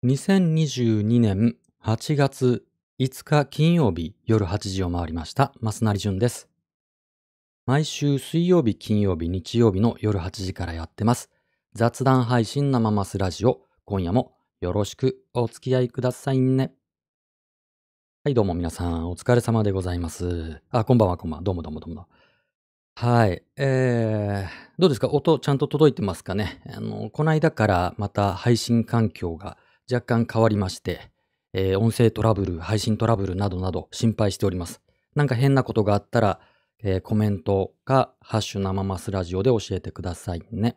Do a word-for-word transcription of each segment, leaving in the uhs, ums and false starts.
にせんにじゅうにねんはちがついつか金曜日夜はちじを回りました。増成淳です。毎週水曜日、金曜日、日曜日の夜はちじからやってます。雑談配信生マスラジオ。今夜もよろしくお付き合いくださいね。はい、どうも皆さん、お疲れ様でございます。あ、こんばんは、こんばんは。どうもどうもどうも。はい。えー、どうですか？音ちゃんと届いてますかね？あの、この間からまた配信環境が若干変わりまして、えー音声トラブル、配信トラブルなどなど心配しております。なんか変なことがあったら、えーコメントか、ハッシュ生マスラジオで教えてくださいね。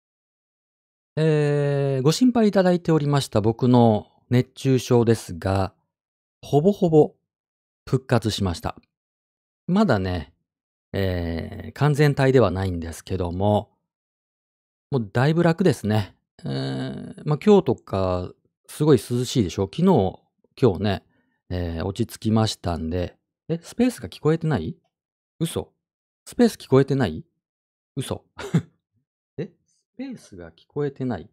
えーご心配いただいておりました僕の熱中症ですが、ほぼほぼ復活しました。まだね、えー完全体ではないんですけども、もうだいぶ楽ですね。えーまあ、今日とかすごい涼しいでしょ？昨日、今日ね、えー落ち着きましたんで、え、スペースが聞こえてない？嘘？スペース聞こえてない？嘘？え、スペースが聞こえてない？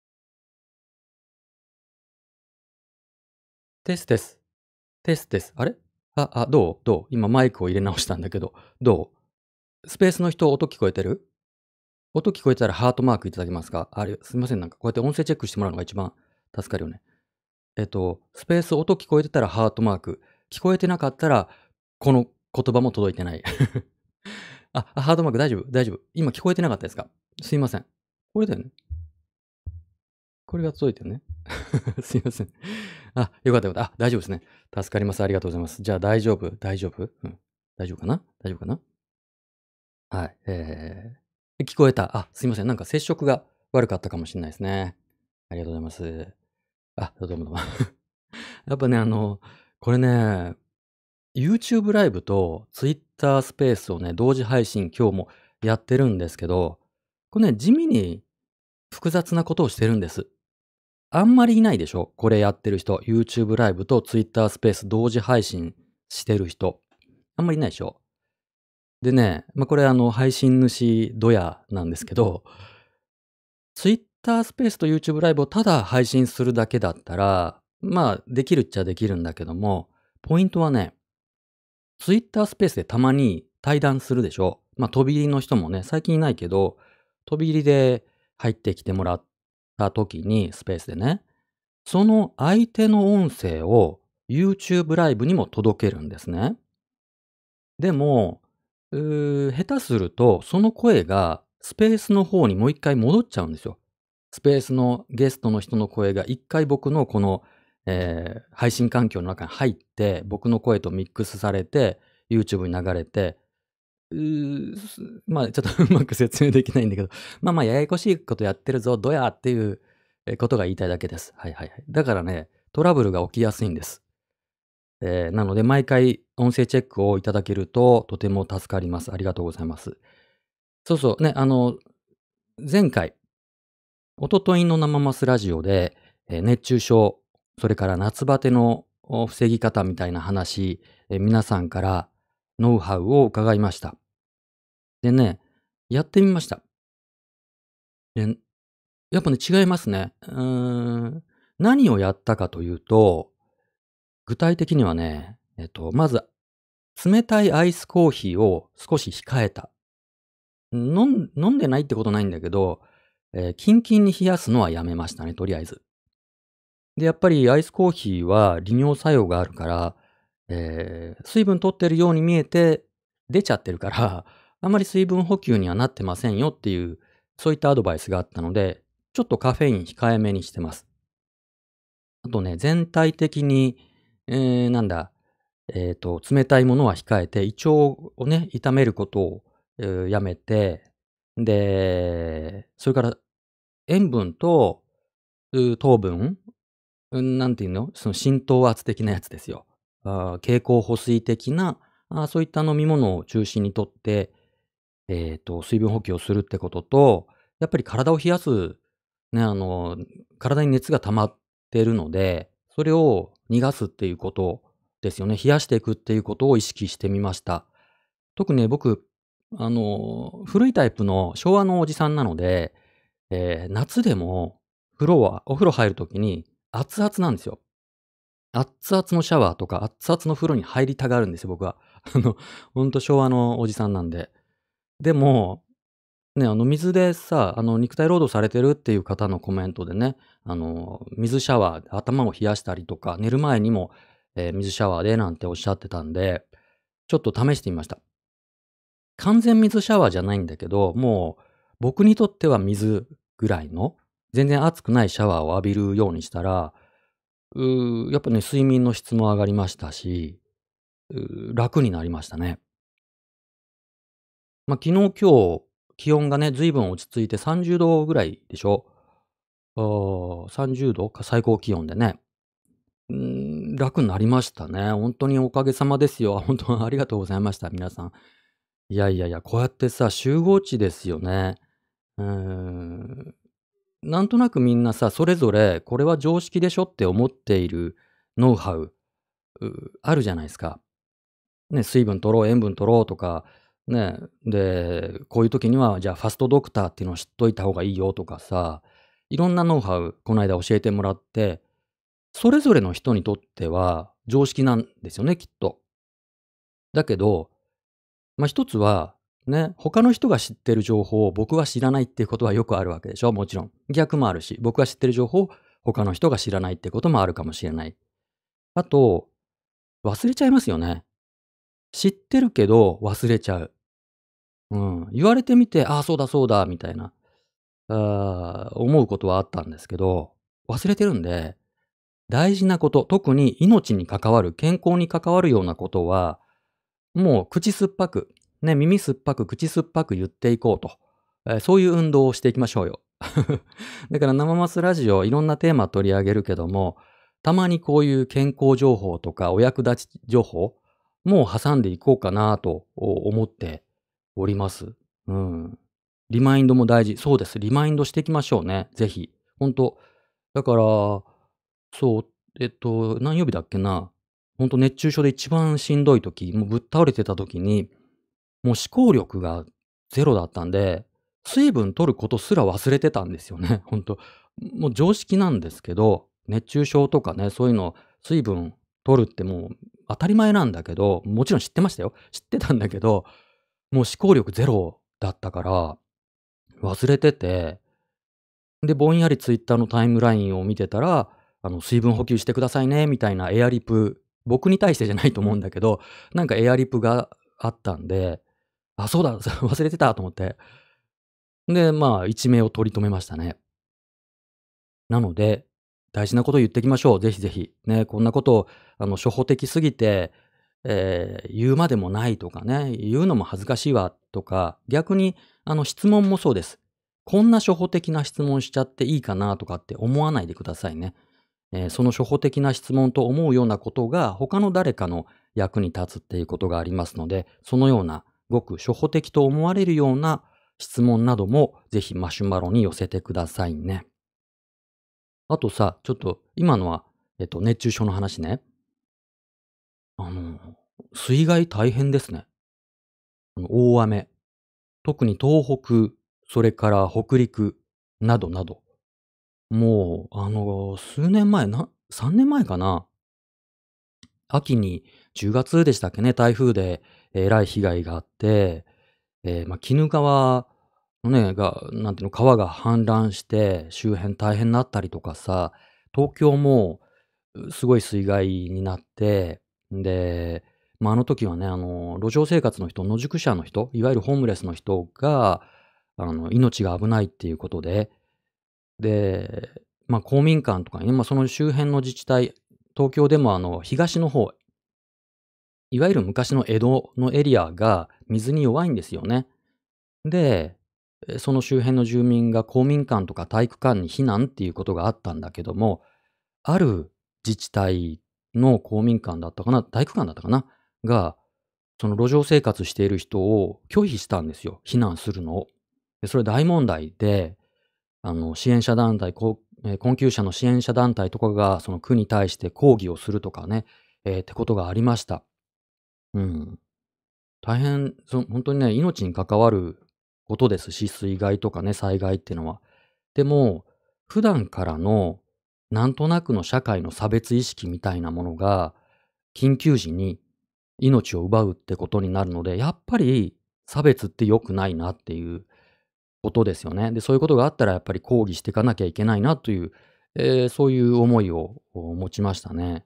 テステス、テステス。あれ？あ、あ、どう？どう？今マイクを入れ直したんだけど、どう？スペースの人音聞こえてる？音聞こえたらハートマークいただけますか？あれ、すみません、なんかこうやって音声チェックしてもらうのが一番助かるよね。えっと、スペース音聞こえてたらハートマーク。聞こえてなかったら、この言葉も届いてない。あ、あハートマーク大丈夫大丈夫。今聞こえてなかったですか？すいません。これだよね。これが届いてるね。すいません。あ、よかったよかった。あ、大丈夫ですね。助かります。ありがとうございます。じゃあ大丈夫大丈夫うん。大丈夫かな大丈夫かなはい。えー、聞こえた。あ、すいません。なんか接触が悪かったかもしれないですね。ありがとうございます。あ、どうもどうも。やっぱね、あの、これね、YouTube ライブと Twitter スペースをね、同時配信今日もやってるんですけど、これね、地味に複雑なことをしてるんです。あんまりいないでしょ？これやってる人。YouTube ライブと Twitter スペース同時配信してる人。あんまりいないでしょ？でね、まあ、これあの、配信主ドヤなんですけど、Twitter スペースと YouTube ライブをただ配信するだけだったら、まあ、できるっちゃできるんだけども、ポイントはね、Twitter スペースでたまに対談するでしょ。まあ、飛び入りの人もね、最近いないけど、飛び入りで入ってきてもらった時に、スペースでね、その相手の音声を YouTube ライブにも届けるんですね。でも、うー下手すると、その声がスペースの方にもう一回戻っちゃうんですよ。スペースのゲストの人の声が一回僕のこの、えー配信環境の中に入って、僕の声とミックスされて、YouTube に流れて、うーすまあ、ちょっとうまく説明できないんだけど、まあまあ、ややこしいことやってるぞ、どやっていうえことが言いたいだけです。はいはいはい。だからね、トラブルが起きやすいんです。えーなので、毎回音声チェックをいただけると、とても助かります。ありがとうございます。そうそう、ね、あの、前回、おとといの生マスラジオで、えー熱中症、それから夏バテのお防ぎ方みたいな話、えー皆さんからノウハウを伺いました。でね、やってみました。で、やっぱね、違いますね。うーん、何をやったかというと、具体的にはね、えっと、まず、冷たいアイスコーヒーを少し控えた。飲ん飲んでないってことないんだけど、えーキンキンに冷やすのはやめましたね、とりあえず。で、やっぱりアイスコーヒーは利尿作用があるから、えー水分取ってるように見えて、出ちゃってるから、あんまり水分補給にはなってませんよっていう、そういったアドバイスがあったので、ちょっとカフェイン控えめにしてます。あとね、全体的に、えーなんだ、えっと、冷たいものは控えて、胃腸をね、痛めることを、えーやめて、で、それから塩分と、う糖分、うん、なんていうの、その浸透圧的なやつですよ。ああ、経口補水的な、ああ、そういった飲み物を中心にとって、えっと、水分補給をするってことと、やっぱり体を冷やす、ね、あの、体に熱が溜まってるので、それを逃がすっていうことですよね。冷やしていくっていうことを意識してみました。特にね、僕、あの、古いタイプの昭和のおじさんなので、えー夏でも風呂はお風呂入る時に熱々なんですよ。熱々のシャワーとか、熱々の風呂に入りたがるんですよ、僕は。あの、ほんと昭和のおじさんなんで。でも、ね、あの、水でさ、あの、肉体労働されてるっていう方のコメントでね、あの、水シャワーで頭を冷やしたりとか、寝る前にも、え、水シャワーでなんておっしゃってたんで、ちょっと試してみました。完全水シャワーじゃないんだけど、もう僕にとっては水ぐらいの、全然熱くないシャワーを浴びるようにしたら、う、やっぱね、睡眠の質も上がりましたし、う、楽になりましたね。ま、昨日、今日、気温がね、ずいぶん落ち着いてさんじゅうどぐらいでしょ。ああ、さんじゅうどか、最高気温でね。うーん、楽になりましたね。ほんとにおかげさまですよ。ほんとありがとうございました、皆さん。いやいやいや、こうやってさ、集合値ですよね。うーん。なんとなくみんなさ、それぞれこれは常識でしょって思っているノウハウ、うあるじゃないすか。ね、水分摂ろう、塩分摂ろうとか、ね、で、こういう時には、じゃあ、ファストドクターっていうのを知っといた方がいいよとかさ、いろんなノウハウ、こないだ教えてもらって、それぞれの人にとっては常識なんですよね、きっと。だけど、ま、一つは、ね、他の人が知ってる情報を僕は知らないっていうことはよくあるわけでしょ、もちろん。逆もあるし、僕が知ってる情報を他の人が知らないってこともあるかもしれない。あと、忘れちゃいますよね。知ってるけど忘れちゃう。うん、言われてみて、ああ、そうだそうだみたいな、ああ、思うことはあったんですけど、忘れてるんで、大事なこと、特に命に関わる、健康に関わるようなことは、もう口酸っぱく、ね、耳酸っぱく、口酸っぱく言っていこうと。え、そういう運動をしていきましょうよ。だから生マスラジオ、いろんなテーマ取り上げるけども、たまにこういう健康情報とかお役立ち情報も挟んでいこうかなと、お思っております。うん。リマインドも大事。そうです、リマインドしていきましょうね、ぜひ。ほんと。だから、そう、えっと、何曜日だっけな。ほんと熱中症で一番しんどい時、もうぶっ倒れてた時に、もう思考力がゼロだったんで、水分摂ることすら忘れてたんですよね、ほんと。もう常識なんですけど、熱中症とかね、そういうの、水分摂るってもう当たり前なんだけど、もちろん知ってましたよ。知ってたんだけど、もう思考力ゼロだったから、忘れてて。で、ぼんやりツイッターのタイムラインを見てたら、あの、水分補給してくださいねみたいなエアリプ、僕に対してじゃないと思うんだけど、なんかエアリプがあったんで、あ、そうだ、忘れてたと思って。で、まあ、一命を取り留めましたね。なので、大事なこと言ってきましょう、ぜひぜひ。ね、こんなことを、あの、初歩的すぎて、ええ、言うまでもないとかね、言うのも恥ずかしいわとか、逆に、あの、質問もそうです。こんな初歩的な質問しちゃっていいかなとかって思わないでくださいね。ええ、その初歩的な質問と思うようなことが、他の誰かの役に立つっていうことがありますので、そのような、ごく初歩的と思われるような質問なども、ぜひマシュマロに寄せてくださいね。あとさ、ちょっと今のは、えっと、熱中症の話ね。あの、水害大変ですね。あの、大雨。特に東北、それから北陸などなど。もう、あの、数年前、なさんねんまえかな。秋にじゅうがつでしたっけね、台風でえらい被害があって、ええ、ま、鬼怒川のね、が、なんていうの、川が氾濫して周辺大変なったりとかさ、東京も、うすごい水害になって、んで、ま、あの時はね、あの、路上生活の人、野宿者の人、いわゆるホームレスの人が、あの、命が危ないっていうことで、で、ま、公民館とかね、ま、その周辺の自治体、東京でもあの、東の方いわゆる昔の江戸のエリアが水に弱いんですよね。で、え、その周辺の住民が公民館とか体育館に避難っていうことがあったんだけども、ある自治体の公民館だったかな、体育館だったかな、が、その路上生活している人を拒否したんですよ、避難するのを。で、それ大問題で、あの、支援者団体、こうええ、困窮者の支援者団体とかが、その区に対して抗議をするとかね、ええ、ってことがありました。うん。大変、そほんとにね、命に関わることですし、水害とかね、災害ってのは。でも、普段からのなんとなくの社会の差別意識みたいなものが、緊急時に命を奪うってことになるので、やっぱり差別って良くないなっていうことですよね。で、そういうことがあったらやっぱり抗議していかなきゃいけないなという、えーそういう思いをお持ちましたね。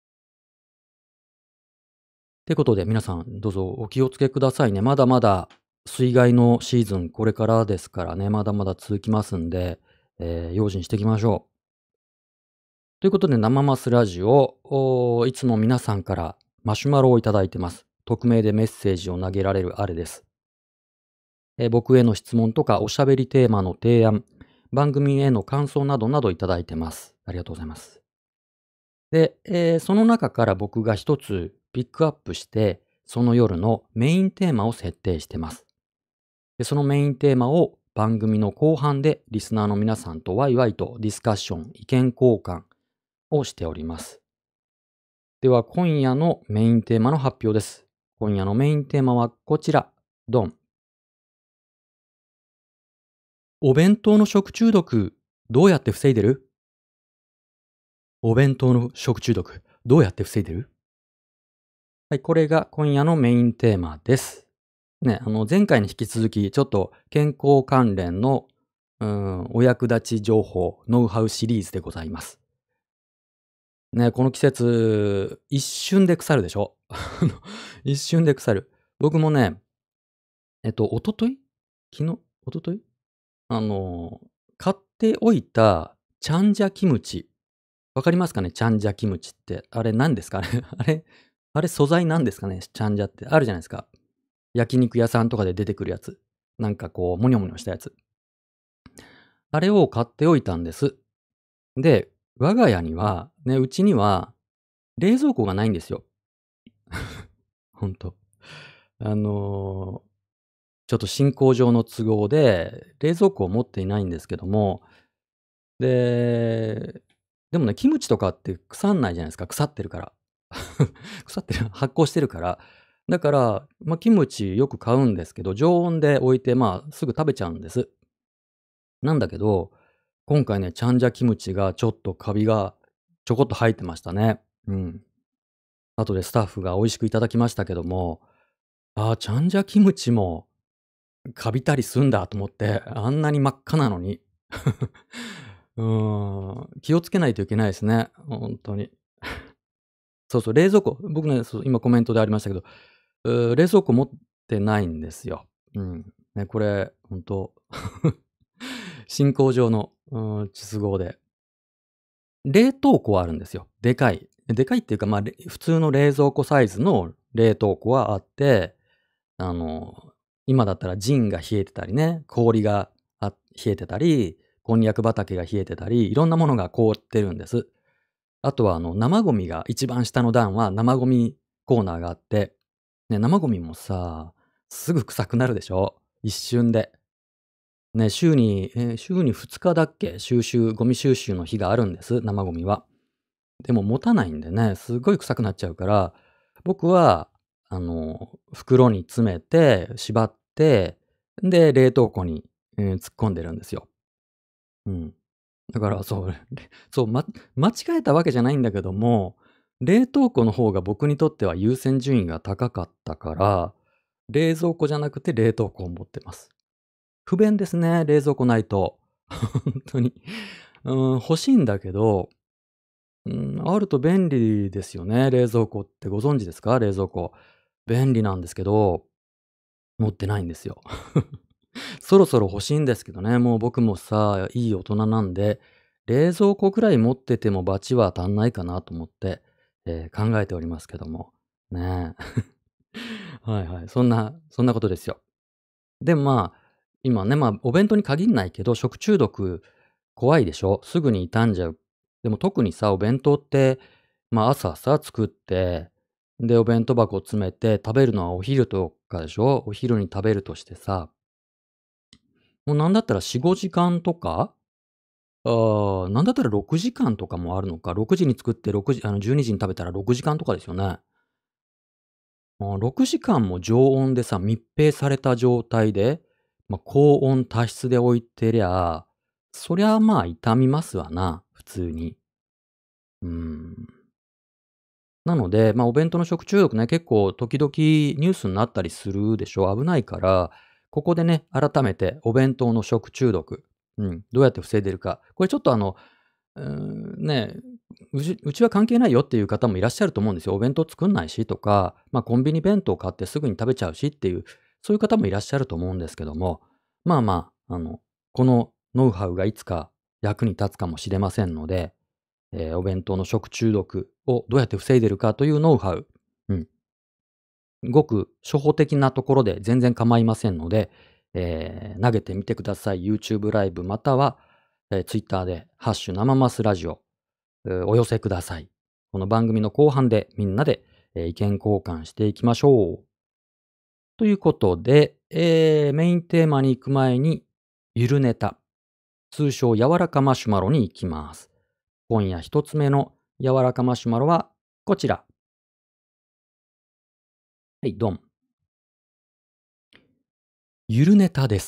ってことで皆さんどうぞお気をつけくださいね。まだまだ水害のシーズンこれからですからね、まだまだ続きますんで、えー用心していきましょう。ということで生マスラジオ、おいつも皆さんからマシュマロをいただいてます。匿名でメッセージを投げられるあれです。えー僕への質問とかおしゃべりテーマの提案、番組への感想などなどいただいてます。ありがとうございます。で、えーその中から僕が一つピックアップして、その夜のメインテーマを設定してます。で、そのメインテーマを番組の後半でリスナーの皆さんとワイワイとディスカッション、意見交換をしております。では今夜のメインテーマの発表です。今夜のメインテーマはこちら。ドン。お弁当の食中毒、どうやって防いでる？お弁当の食中毒、どうやって防いでる？はい、これが今夜のメインテーマです。ね、あの前回に引き続き、ちょっと健康関連の、うーん、お役立ち情報、ノウハウシリーズでございます。ね、この季節、一瞬で腐るでしょ？あの一瞬で腐る。僕もね、えっと、一昨日昨日一昨日あの、買っておいたチャンジャキムチ。わかりますかね？チャンジャキムチって。あれ何ですかね？あれあれ素材なんですかね？チャンジャって。あるじゃないですか。焼肉屋さんとかで出てくるやつ。なんかこう、もにょもにょしたやつ。あれを買っておいたんです。で、我が家には、ね、うちには冷蔵庫がないんですよ。ほんと。あの、ちょっと進行上の都合で、冷蔵庫を持っていないんですけども、で、でもね、キムチとかって腐んないじゃないですか、腐ってるから。腐ってる、発酵してるから。だから、ま、キムチよく買うんですけど、常温で置いて、まあ、すぐ食べちゃうんです。なんだけど、今回ね、チャンジャキムチがちょっとカビがちょこっと生えてましたね。うん。後でスタッフが美味しくいただきましたけども、ああ、チャンジャキムチもカビたりすんだと思って、あんなに真っ赤なのに。うーん、気をつけないといけないですね、ほんとに。そうそう、冷蔵庫、僕ね、そう、今コメントでありましたけど、う、冷蔵庫持ってないんですよ。うん。ね、これほんと進行上の、うーん、都合で。冷凍庫はあるんですよ。でかい。でかいっていうか、まあ、れ普通の冷蔵庫サイズの冷凍庫はあって、あの、今だったらジンが冷えてたりね、氷が、あ冷えてたり、こんにゃく畑が冷えてたり、いろんなものが凍ってるんです。あとはあの、生ゴミが一番下の段は生ゴミコーナーがあって、ね、生ゴミもさ、すぐ臭くなるでしょ？一瞬で。ね、週に、え、週にふつかだっけ、収集ゴミ収集の日があるんです、生ゴミは。でも持たないんでね、すごい臭くなっちゃうから、僕は、あの、袋に詰めて、縛って、で、冷凍庫に、えー突っ込んでるんですよ。うん。だからそう、れそう、ま間違えたわけじゃないんだけども、冷凍庫の方が僕にとっては優先順位が高かったから、冷蔵庫じゃなくて冷凍庫を持ってます。不便ですね、冷蔵庫ないと。ほんとに。うーん、欲しいんだけど、うん、あると便利ですよね、冷蔵庫ってご存知ですか？冷蔵庫。便利なんですけど、持ってないんですよ。そろそろ欲しいんですけどね、もう僕もさ、いい大人なんで、冷蔵庫くらい持ってても罰は足んないかなと思って、えー考えておりますけども。ねえ。はいはい。そんなそんなことですよ。で、まあ、今ね、まあ、お弁当に限んないけど、食中毒怖いでしょ？すぐに傷んじゃう。でも特にさ、お弁当って、まあ、朝さ、作って、で、お弁当箱詰めて食べるのはお昼とかでしょ？お昼に食べるとしてさ、もうなんだったらよん、ごじかんとか、ああ、なんだったらろくじかんとかもあるのか。ろくじに作ってろくじあの、じゅうにじに食べたらろくじかんとかですよね。もうろくじかんも常温でさ、密閉された状態で、まあ、高温多湿で置いてりゃ、そりゃ、まあ、傷みますわな、普通に。 なので、まあ、お弁当の食中毒ね、結構時々ニュースになったりするでしょ。危ないから、ここでね、改めてお弁当の食中毒、うん、どうやって防いでるか。これちょっとあの、うーん、ね、うちうちは関係ないよっていう方もいらっしゃると思うんですよ。お弁当作んないしとか、まあ、コンビニ弁当買ってすぐに食べちゃうしっていう、そういう方もいらっしゃると思うんですけども、まあまあ、あの、このノウハウがいつか役に立つかもしれませんので、えーお弁当の食中毒をどうやって防いでるかというノウハウ、うん、ごく初歩的なところで全然構いませんので、えー投げてみてください。YouTube ライブまたは、えー Twitter でハッシュ生マスラジオ、えーお寄せください。この番組の後半でみんなで、えー意見交換していきましょう。ということで、えーメインテーマに行く前に、ゆるネタ、通称柔らかマシュマロに行きます。今夜一つ目の柔らかマシュマロはこちら。はい、ドン。ゆるネタです。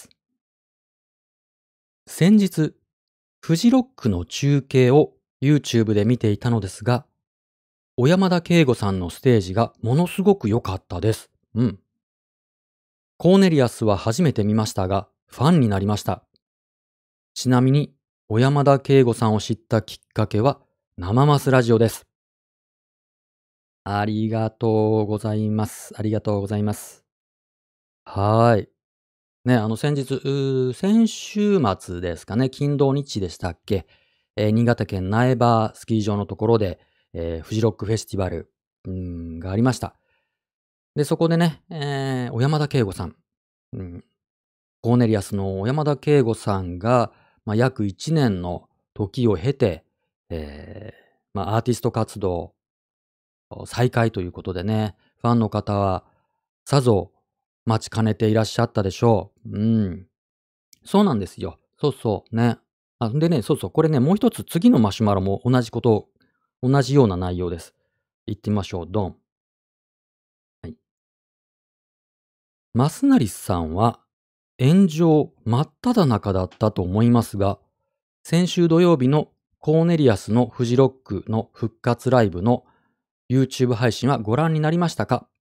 先日、フジロックの中継を YouTube で見ていたのですが、小山田圭吾さんのステージがものすごく良かったです。うん。コーネリアスは初めて見ましたが、ファンになりました。ちなみに、小山田圭吾さんを知ったきっかけは、生マスラジオです。ありがとうございます。ありがとうございます。はーい。ね、あの先日、うー先週末ですかね、金土日でしたっけ、えー新潟県苗場スキー場のところで、えーフジロックフェスティバル、うーん、がありました。で、そこでね、えー小山田圭吾さん、うん、コーネリアスの小山田圭吾さんが、まあ、約いちねんの時を経て、えーまあ、アーティスト活動再開ということでね、ファンの方はさぞ待ちかねていらっしゃったでしょう。うん。そうなんですよ。そうそう、ね。あ、でね、そうそう、これね、もう一つ次のマシュマロも同じことを同じような内容です。行ってみましょう。ドン。はい。マスナリスさんは炎上真っ只中だったと思いますが、先週土曜日のコーネリアスのフジロックの復活ライブの YouTube 配信はご覧になりましたか？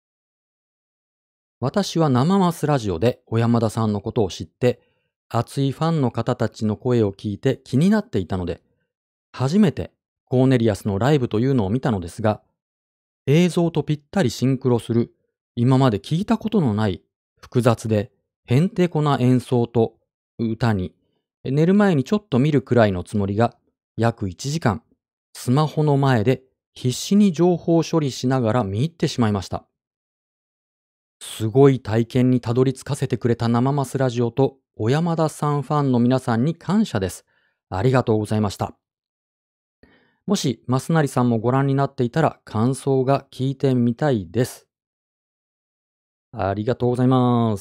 私は生マスラジオで小山田さんのことを知って、熱いファンの方たちの声を聞いて気になっていたので、初めてコーネリアスのライブというのを見たのですが、映像とぴったりシンクロする、今まで聞いたことのない複雑でへんてこな演奏と歌に、寝る前にちょっと見るくらいのつもりが、約いちじかん、スマホの前で必死に情報処理しながら見入ってしまいました。すごい体験にたどり着かせてくれた生マスラジオと小山田さんファンの皆さんに感謝です。ありがとうございました。もし、マスナリさんもご覧になっていたら感想が聞いてみたいです。ありがとうございます。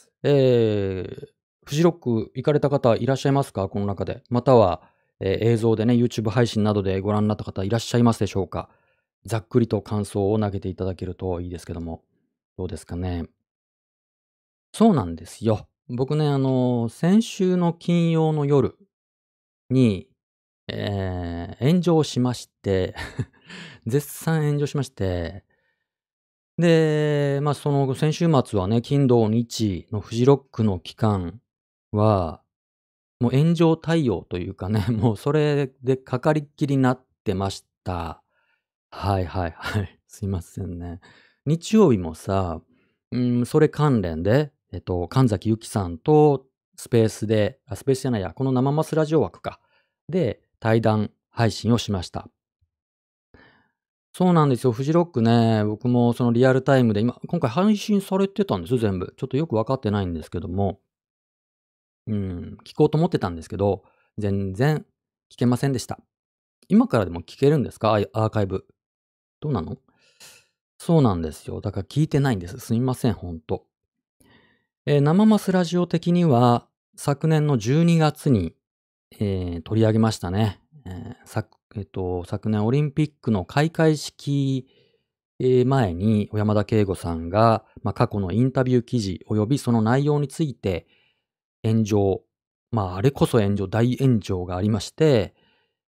えー、フジロック行かれた方いらっしゃいますか？この中で。または、えー映像でね、YouTube 配信などでご覧になった方いらっしゃいますでしょうか？ざっくりと感想を投げていただけるといいですけども。どうですかね。そうなんですよ。僕ね、あの、先週の金曜の夜に、えー炎上しまして、絶賛炎上しまして、で、まあ、その先週末はね、金土日のフジロックの期間は、もう炎上対応というかね、もうそれでかかりっきりになってました。はいはいはい。すいませんね。日曜日もさ、うん、それ関連で、えっと、神崎由紀さんとスペースで、あ、スペースじゃないや、この生マスラジオ枠か。で、対談配信をしました。そうなんですよ。フジロックね、僕もそのリアルタイムで今、今回配信されてたんですよ、全部。ちょっとよくわかってないんですけども、うん、聞こうと思ってたんですけど、全然聞けませんでした。今からでも聞けるんですか？アイアーカイブ。どうなの？そうなんですよ。だから聞いてないんです。すみません、ほんと。えー生マスラジオ的には、昨年のじゅうにがつに、えー取り上げましたね。えー昨えっと、昨年オリンピックの開会式、えー前に小山田圭吾さんが、まあ、過去のインタビュー記事及びその内容について炎上、まあ、あれこそ炎上、大炎上がありまして、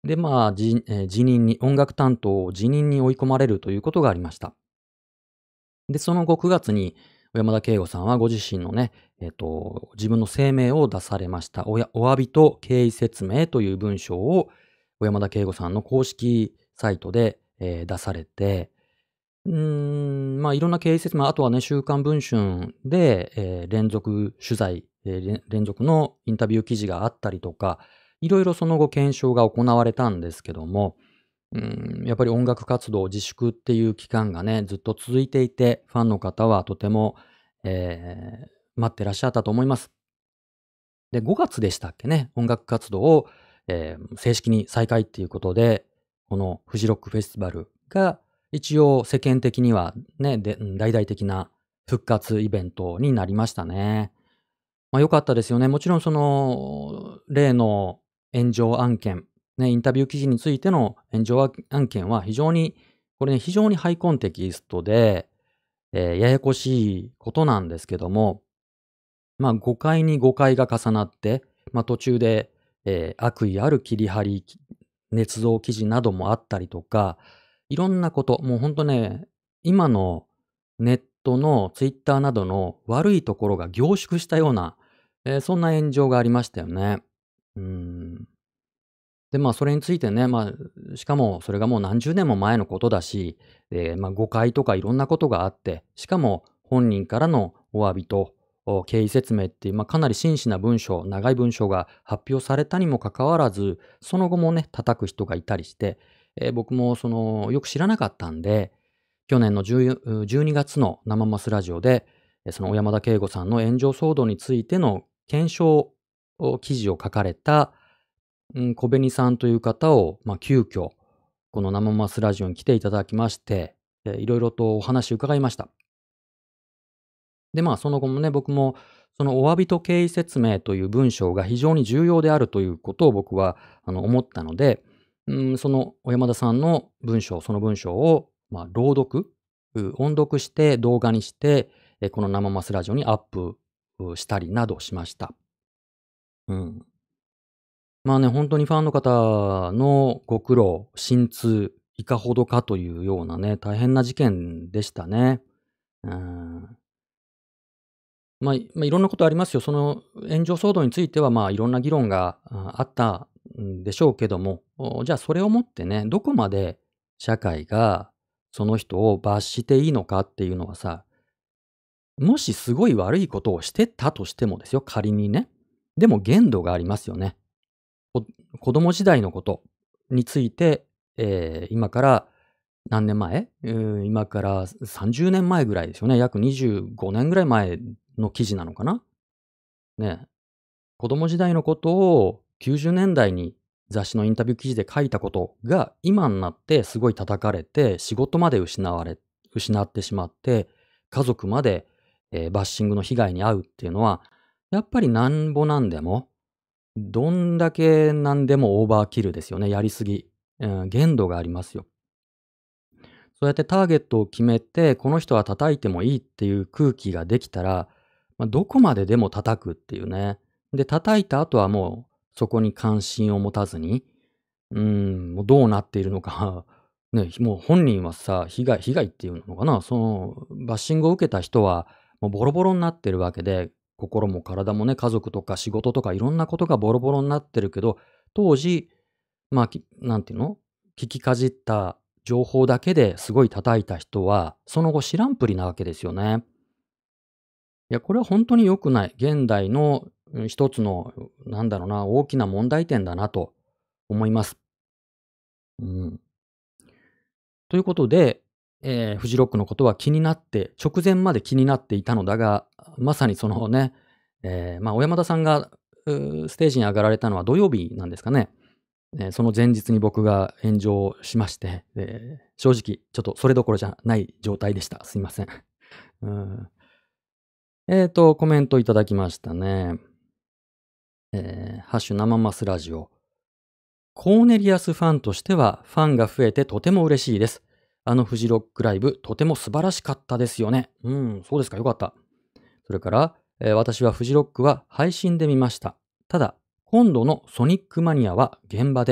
で、まあ、じえー辞任に、音楽担当を辞任に追い込まれるということがありました。で、その後くがつに小山田圭吾さんはご自身のね、えっと、自分の声明を出されました。おやお詫びと経緯説明という文章を小山田圭吾さんの公式サイトで、えー出されて、うーん、まあ、いろんな経緯説明、あとはね、週刊文春で、えー連続取材、えー連連続のインタビュー記事があったりとか、いろいろその後検証が行われたんですけども、うーん、やっぱり音楽活動自粛っていう期間がね、ずっと続いていて、ファンの方はとても、えー待ってらっしゃったと思います。で、ごがつでしたっけね、音楽活動を、えー正式に再開っていうことで、このフジロックフェスティバルが一応世間的にはね、で、うん大々的な復活イベントになりましたね。まあ、良かったですよね。もちろんその、例の炎上案件、ね、インタビュー記事についての炎上案件は非常に、これね、非常にハイコンテキストで、えーややこしいことなんですけども、まあ、誤解に誤解が重なって、まあ、途中で、えー悪意ある切り張り、き捏造記事などもあったりとか、いろんなこと、もうほんとね、今のネットのツイッターなどの悪いところが凝縮したような、えーそんな炎上がありましたよね。うーん。で、まあ、それについてね、まあ、しかもそれがもう何十年も前のことだし、えーまあ、誤解とかいろんなことがあって、しかも本人からのお詫びと、お経緯説明っていう、まあ、かなり真摯な文章、長い文章が発表されたにもかかわらず、その後もね、叩く人がいたりして、えー僕もその、よく知らなかったんで、去年のじゅうじゅうにがつの生マスラジオで、えーその小山田圭吾さんの炎上騒動についての検証お記事を書かれたうん、小紅さんという方を、まあ、急遽、この生マスラジオに来ていただきまして、えーいろいろとお話伺いました。で、まあ、その後もね、僕も、そのお詫びと経緯説明という文章が非常に重要であるということを僕は、あの、思ったので、うん、その小山田さんの文章、その文章を、まあ、朗読、う音読して動画にして、え、この生マスラジオにアップ、うしたりなどしました。うん。まあね、本当にファンの方のご苦労、心痛、いかほどかというようなね、大変な事件でしたね。うーん。まあ、いまあ、いろんなことありますよ。その炎上騒動については、まあ、いろんな議論が、ああったんでしょうけども、おじゃあそれをもってね、どこまで社会がその人を罰していいのかっていうのはさ、もしすごい悪いことをしてたとしてもですよ、仮にね。でも限度がありますよね。こ子供時代のことについて、えー今から何年前？うーん、今からさんじゅうねんまえぐらいですよね。約にじゅうごねんぐらい前の記事なのかな？ね。子供時代のことをきゅうじゅうねんだいに雑誌のインタビュー記事で書いたことが、今になってすごい叩かれて、仕事まで失われ失ってしまって、家族まで、えーバッシングの被害に遭うっていうのは、やっぱりなんぼなんでもどんだけなんでもオーバーキルですよね、やりすぎ。うん、限度がありますよ。そうやってターゲットを決めて、この人は叩いてもいいっていう空気ができたら、まあ、どこまででも叩くっていうね。で、叩いた後はもうそこに関心を持たずに、うーん、もうどうなっているのか、ね、もう本人はさ、被害被害っていうのかな、そのバッシングを受けた人はもうボロボロになってるわけで、心も体もね、家族とか仕事とかいろんなことがボロボロになってるけど、当時、まあ、きなんていうの、聞きかじった情報だけですごい叩いた人は、その後知らんぷりなわけですよね。いや、これは本当に良くない。現代の、うん、一つの、なんだろうな、大きな問題点だなと思います。うん。ということで、えーフジロックのことは気になって、直前まで気になっていたのだが、まさにそのね、えーまあ、小山田さんが、うーステージに上がられたのは土曜日なんですかね。えーその前日に僕が炎上しまして、えー正直ちょっとそれどころじゃない状態でした。すいません。うん。えっと、コメントいただきましたね。えーハッシュ生マスラジオ。コーネリアスファンとしてはファンが増えてとても嬉しいです。あのフジロックライブ、とても素晴らしかったですよね。うん、そうですか、よかった。それから、えー私はフジロックは配信で見ました。ただ、今度のソニックマニアは現場で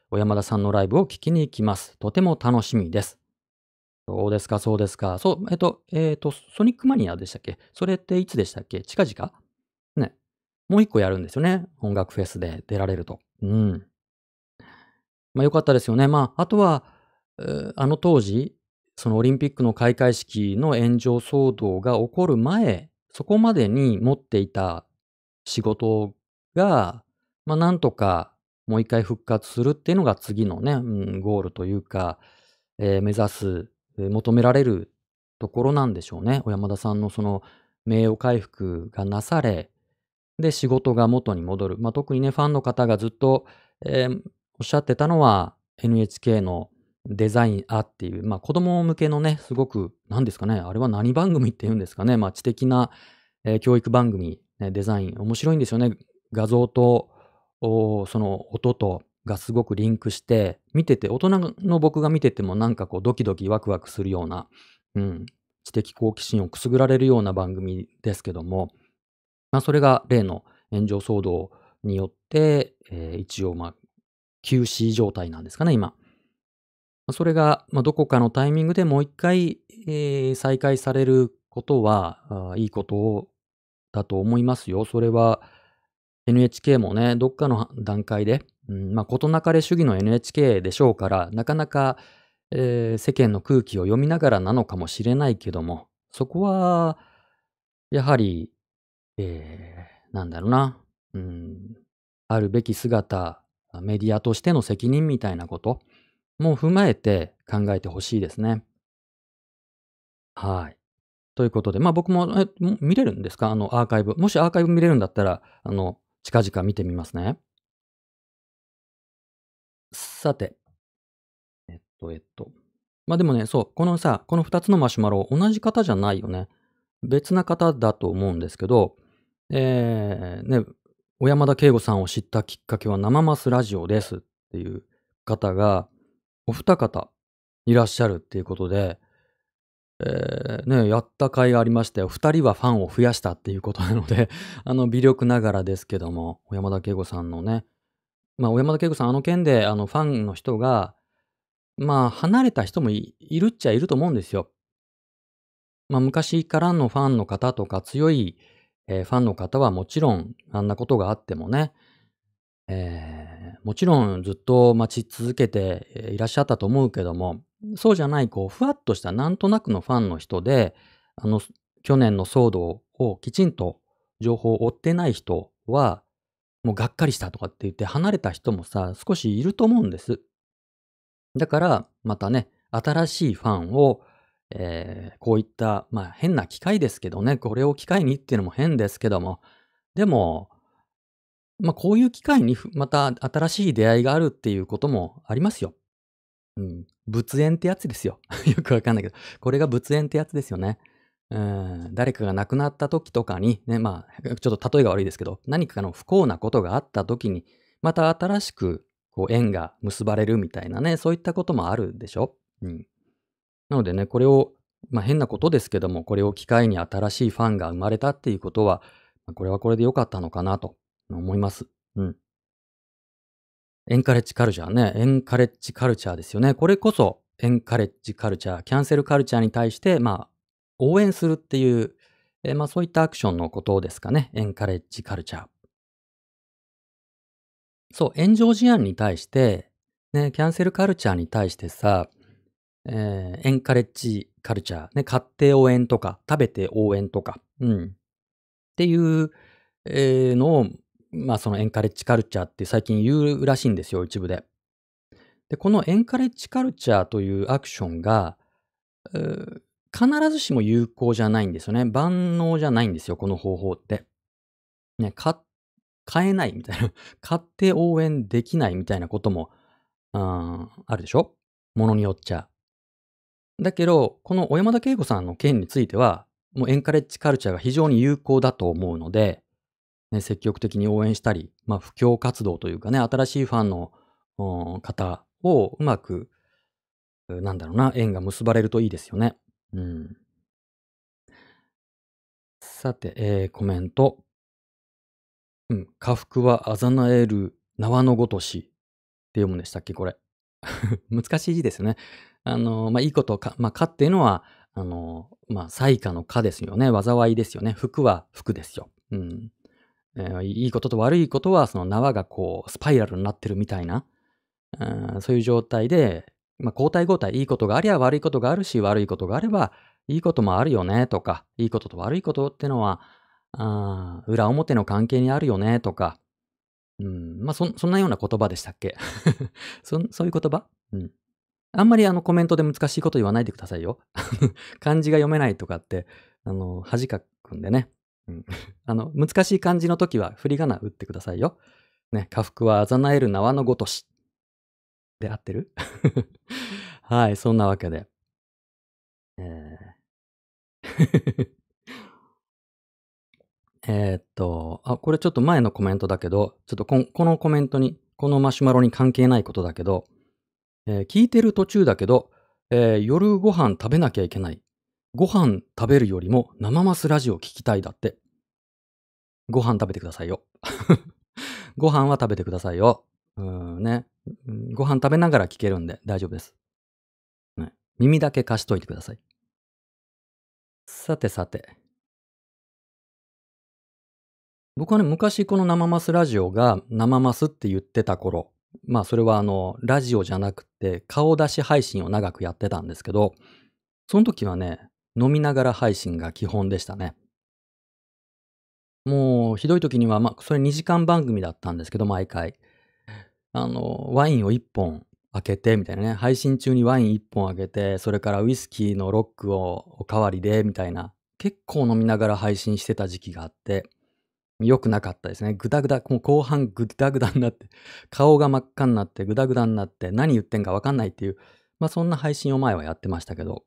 小山田さんのライブを聞きに行きます。とても楽しみです。そうですか、そうですか。そう、えっと、えっと、ソニックマニアでしたっけ？それっていつでしたっけ？近々？ね。もういっこやるんですよね、音楽フェスで出られると。うん。ま、良かったですよね。まあ、あとは、うあの当時、そのオリンピックの開会式の炎上騒動が起こる前、そこまでに持っていた仕事が、ま、なんとかもう一回復活するっていうのが次のね、うん、ゴールというか、ええ、目指す、え、求められるところなんでしょうね。小山田さんのその名誉回復がなされ、で、仕事が元に戻る。ま、特にね、ファンの方がずっと、ええ、おっしゃってたのは、エヌエイチケー のデザインあっていう、ま、子供向けのね、すごく、なんですかね、あれは何番組って言うんですかね、ま、知的な、ええ、教育番組、ね、デザイン面白いんですよね。画像と、お、その音とがすごくリンクして、見てて大人がの僕が見ててもなんかこうドキドキワクワクするような、うん、知的好奇心をくすぐられるような番組ですけども、ま、それが例の炎上騒動によって、ええ、一応、ま、休止状態なんですかね、今。ま、それが、ま、どこかのタイミングでもう一回、ええ、再開されることは、ああ、いいことだと思いますよ。それは エヌエイチケー もね、どっかのは段階で、うん、ま、事なかれ主義の エヌエイチケー でしょうから、なかなか、ええ、世間の空気を読みながらなのかもしれないけども、そこはやはり、ええ、なんだろな、うん、あるべき姿、あ、メディアとしての責任みたいなことも踏まえて考えて欲しいですね。はい。ということで、ま、僕も、え、ん、見れるんですか？あの、アーカイブ。もしアーカイブ見れるんだったら、あの、近々見てみますね。さて、えっとえっと、ま、でもね、そう、このさ、このふたつのマシュマロ、同じ方じゃないよね。別な方だと思うんですけど、ええ、ね、小山田圭吾さんを知ったきっかけは生マスラジオですっていう方が、お二方いらっしゃるっていうことで、ええ、ね、やった甲斐がありましたよ。ふたりはファンを増やしたっていうことなので、あの、微力ながらですけども、小山田圭吾さんのね、ま、小山田圭吾さん、あの件で、あの、ファンの人が、まあ、離れた人もいいるっちゃいると思うんですよ。ま、昔からのファンの方とか、強い、え、ファンの方はもちろん、あんなことがあってもね、ええ、もちろんずっと待ち続けて、え、いらっしゃったと思うけども、そうじゃない、こう、ふわっとしたなんとなくのファンの人で、あの、す去年の騒動をきちんと情報を追ってない人は、もうがっかりしたとかって言って離れた人もさ、少しいると思うんです。だから、またね、新しいファンを、ええ、こういった、まあ、変な機会ですけどね、これを機会にっていうのも変ですけども、でも、ま、こういう機会にふまた新しい出会いがあるっていうこともありますよ。うん。仏縁ってやつですよ。よくわかんないけど、これが仏縁ってやつですよね。うーん、誰かが亡くなった時とかに、ね、まあ、ちょっと例えが悪いですけど、何かの不幸なことがあった時に、また新しくこう縁が結ばれるみたいなね、そういったこともあるでしょ。うん。なのでね、これを、ま、変なことですけども、これを機会に新しいファンが生まれたっていうことは、ま、これはこれで良かったのかなと思います。うん。エンカレッジカルチャーね、エンカレッジカルチャーですよね。これこそエンカレッジカルチャー、キャンセルカルチャーに対して、まあ、応援するっていう、え、ま、そういったアクションのことですかね。エンカレッジカルチャー。そう、炎上事案に対して、ね、キャンセルカルチャーに対してさ、ええ、エンカレッジカルチャー、ね、買って応援とか、食べて応援とか、うん。っていう、ええ、のを、ま、そのエンカレッジカルチャーって最近言うらしいんですよ、一部で。で、このエンカレッジカルチャーというアクションが、うー必ずしも有効じゃないんですよね。万能じゃないんですよ、この方法って。ね、か買えないみたいな、買って応援できないみたいなことも、あーあるでしょ？ものによっちゃ。だけど、この小山田圭吾さんの件については、もうエンカレッジカルチャーが非常に有効だと思うので、ね、積極的に応援したり、まあ、布教活動というかね、新しいファンの、お、方をうまく、うなんだろうな、縁が結ばれるといいですよね。うん。さて、えーコメント。うん、家福はあざなえる縄のごとし。 読むんでしたっけ、これ。難しい字ですよね。あの、まあ、いいことかまあ、かっていうのは、あの、まあ、災禍の禍ですよね。災いですよね。福は福ですよ。うん。えーいいことと悪いことは、その縄がこうスパイラルになってるみたいな、うん、そういう状態で、まあ、交代交代いいことがありゃ悪いことがあるし、悪いことがあればいいこともあるよねとか、いいことと悪いことってのは、あー裏表の関係にあるよねとか、うん、まあ、そそんなような言葉でしたっけ？そんそういう言葉？うん。あんまりあのコメントで難しいこと言わないでくださいよ。漢字が読めないとかって、あの、恥かくんでね。うん。あの、難しい漢字の時は振り仮名打ってくださいよ。ね、下腹はあざなえる縄のごとし。で合ってる？はい、そんなわけで。えーえーっと、あ、これちょっと前のコメントだけど、ちょっとこんこのコメントに、このマシュマロに関係ないことだけど、えー聞いてる途中だけど、えー夜ご飯食べなきゃいけない。ご飯食べるよりも生マスラジオ聞きたいだって。ご飯食べてくださいよ。ご飯は食べてくださいよ。うーんね。うんご飯食べながら聞けるんで大丈夫です。ね、耳だけ貸しといてください。さてさて。僕はね、昔この生マスラジオが生マスって言ってた頃、まあそれはあの、ラジオじゃなくて顔出し配信を長くやってたんですけど、その時はね、飲みながら配信が基本でしたね。もうひどい時には、まあそれにじかん番組だったんですけど、毎回。あの、ワインをいっぽん開けてみたいなね、配信中にワインいっぽん開けて、それからウイスキーのロックをおかわりでみたいな、結構飲みながら配信してた時期があって、良くなかったですね。ぐだぐだ、もう後半ぐだぐだになって、顔が真っ赤になってぐだぐだになって、何言ってんかわかんないっていう、ま、そんな配信を前はやってましたけど。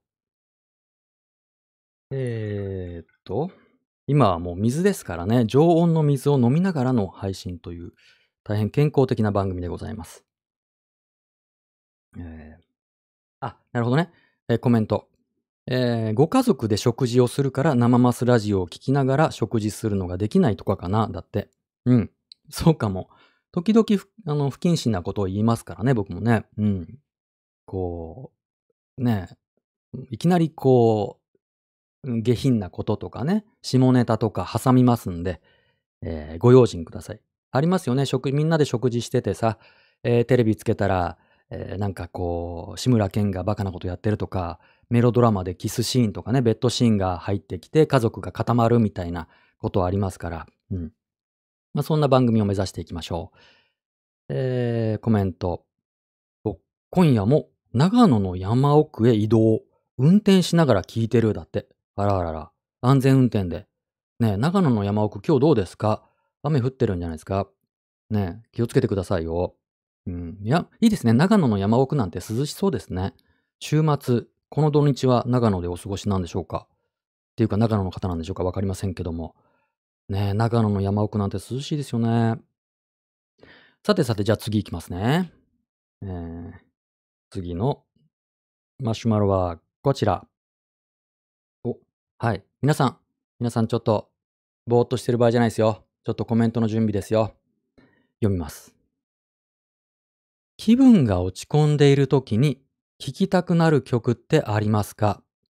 えーっと、今はもう水ですからね、常温の水を飲みながらの配信という、大変健康的な番組でございます。ええ。あ、なるほどね。え、コメント。えーご家族で食事をするから生マスラジオを聞きながら食事するのができないとかかな、だって。うん、そうかも。時々ふあの、不謹慎なことを言いますからね、僕もね。うん。こう、ね、いきなりこう、うん、下品なこととかね、下ネタとか挟みますんで、えーご用心ください。ありますよね、食みんなで食事しててさ、えーテレビつけたら、えーなんかこう、志村けんがバカなことやってるとか、メロドラマでキスシーンとかね、ベッドシーンが入ってきて、家族が固まるみたいなことありますから、うん。まあ、そんな番組を目指していきましょう。えーコメント。お今夜も長野の山奥へ移動。運転しながら聞いてるだって。あらあらら。安全運転で。ねえ、長野の山奥、今日どうですか？雨降ってるんじゃないですか？ねえ、気をつけてくださいよ。うん。いや、いいですね。長野の山奥なんて涼しそうですね。週末、この土日は長野でお過ごしなんでしょうか？っていうか、長野の方なんでしょうか？わかりませんけども。ねえ、長野の山奥なんて涼しいですよね。さてさて、じゃあ次行きますね。えー、次のマシュマロはこちら。お、はい。皆さん、皆さんちょっと、ぼーっとしてる場合じゃないですよ。ちょっとコメントの準備ですよ。読みます。気分が落ち込んでいる時に聴きたくなる曲ってありますか？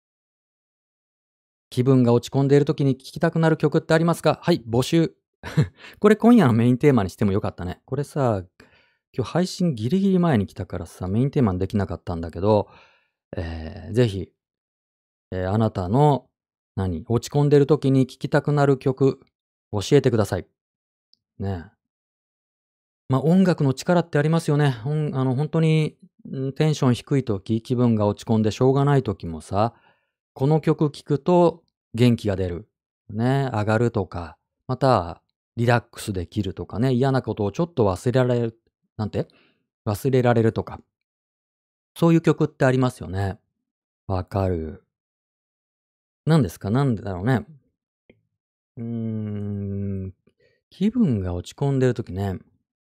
気分が落ち込んでいる時に聴きたくなる曲ってありますか？はい、募集。これ今夜のメインテーマにしてもよかったね。これさ、今日配信ギリギリ前に来たからさ、メインテーマにできなかったんだけど、えー、ぜひ、えーあなたの、何、落ち込んでる時に聴きたくなる曲、教えてください。ね。ま、音楽の力ってありますよね。おんあの、ほんとに、ん、テンション低い時、気分が落ち込んでしょうがない時もさ、この曲聴くと元気が出る、ね、上がるとか、またリラックスできるとかね、嫌なことをちょっと忘れられるなんて？忘れられるとか、そういう曲ってありますよね。わかる。なんですか、なんでだろうね。うーん、気分が落ち込んでる時ね、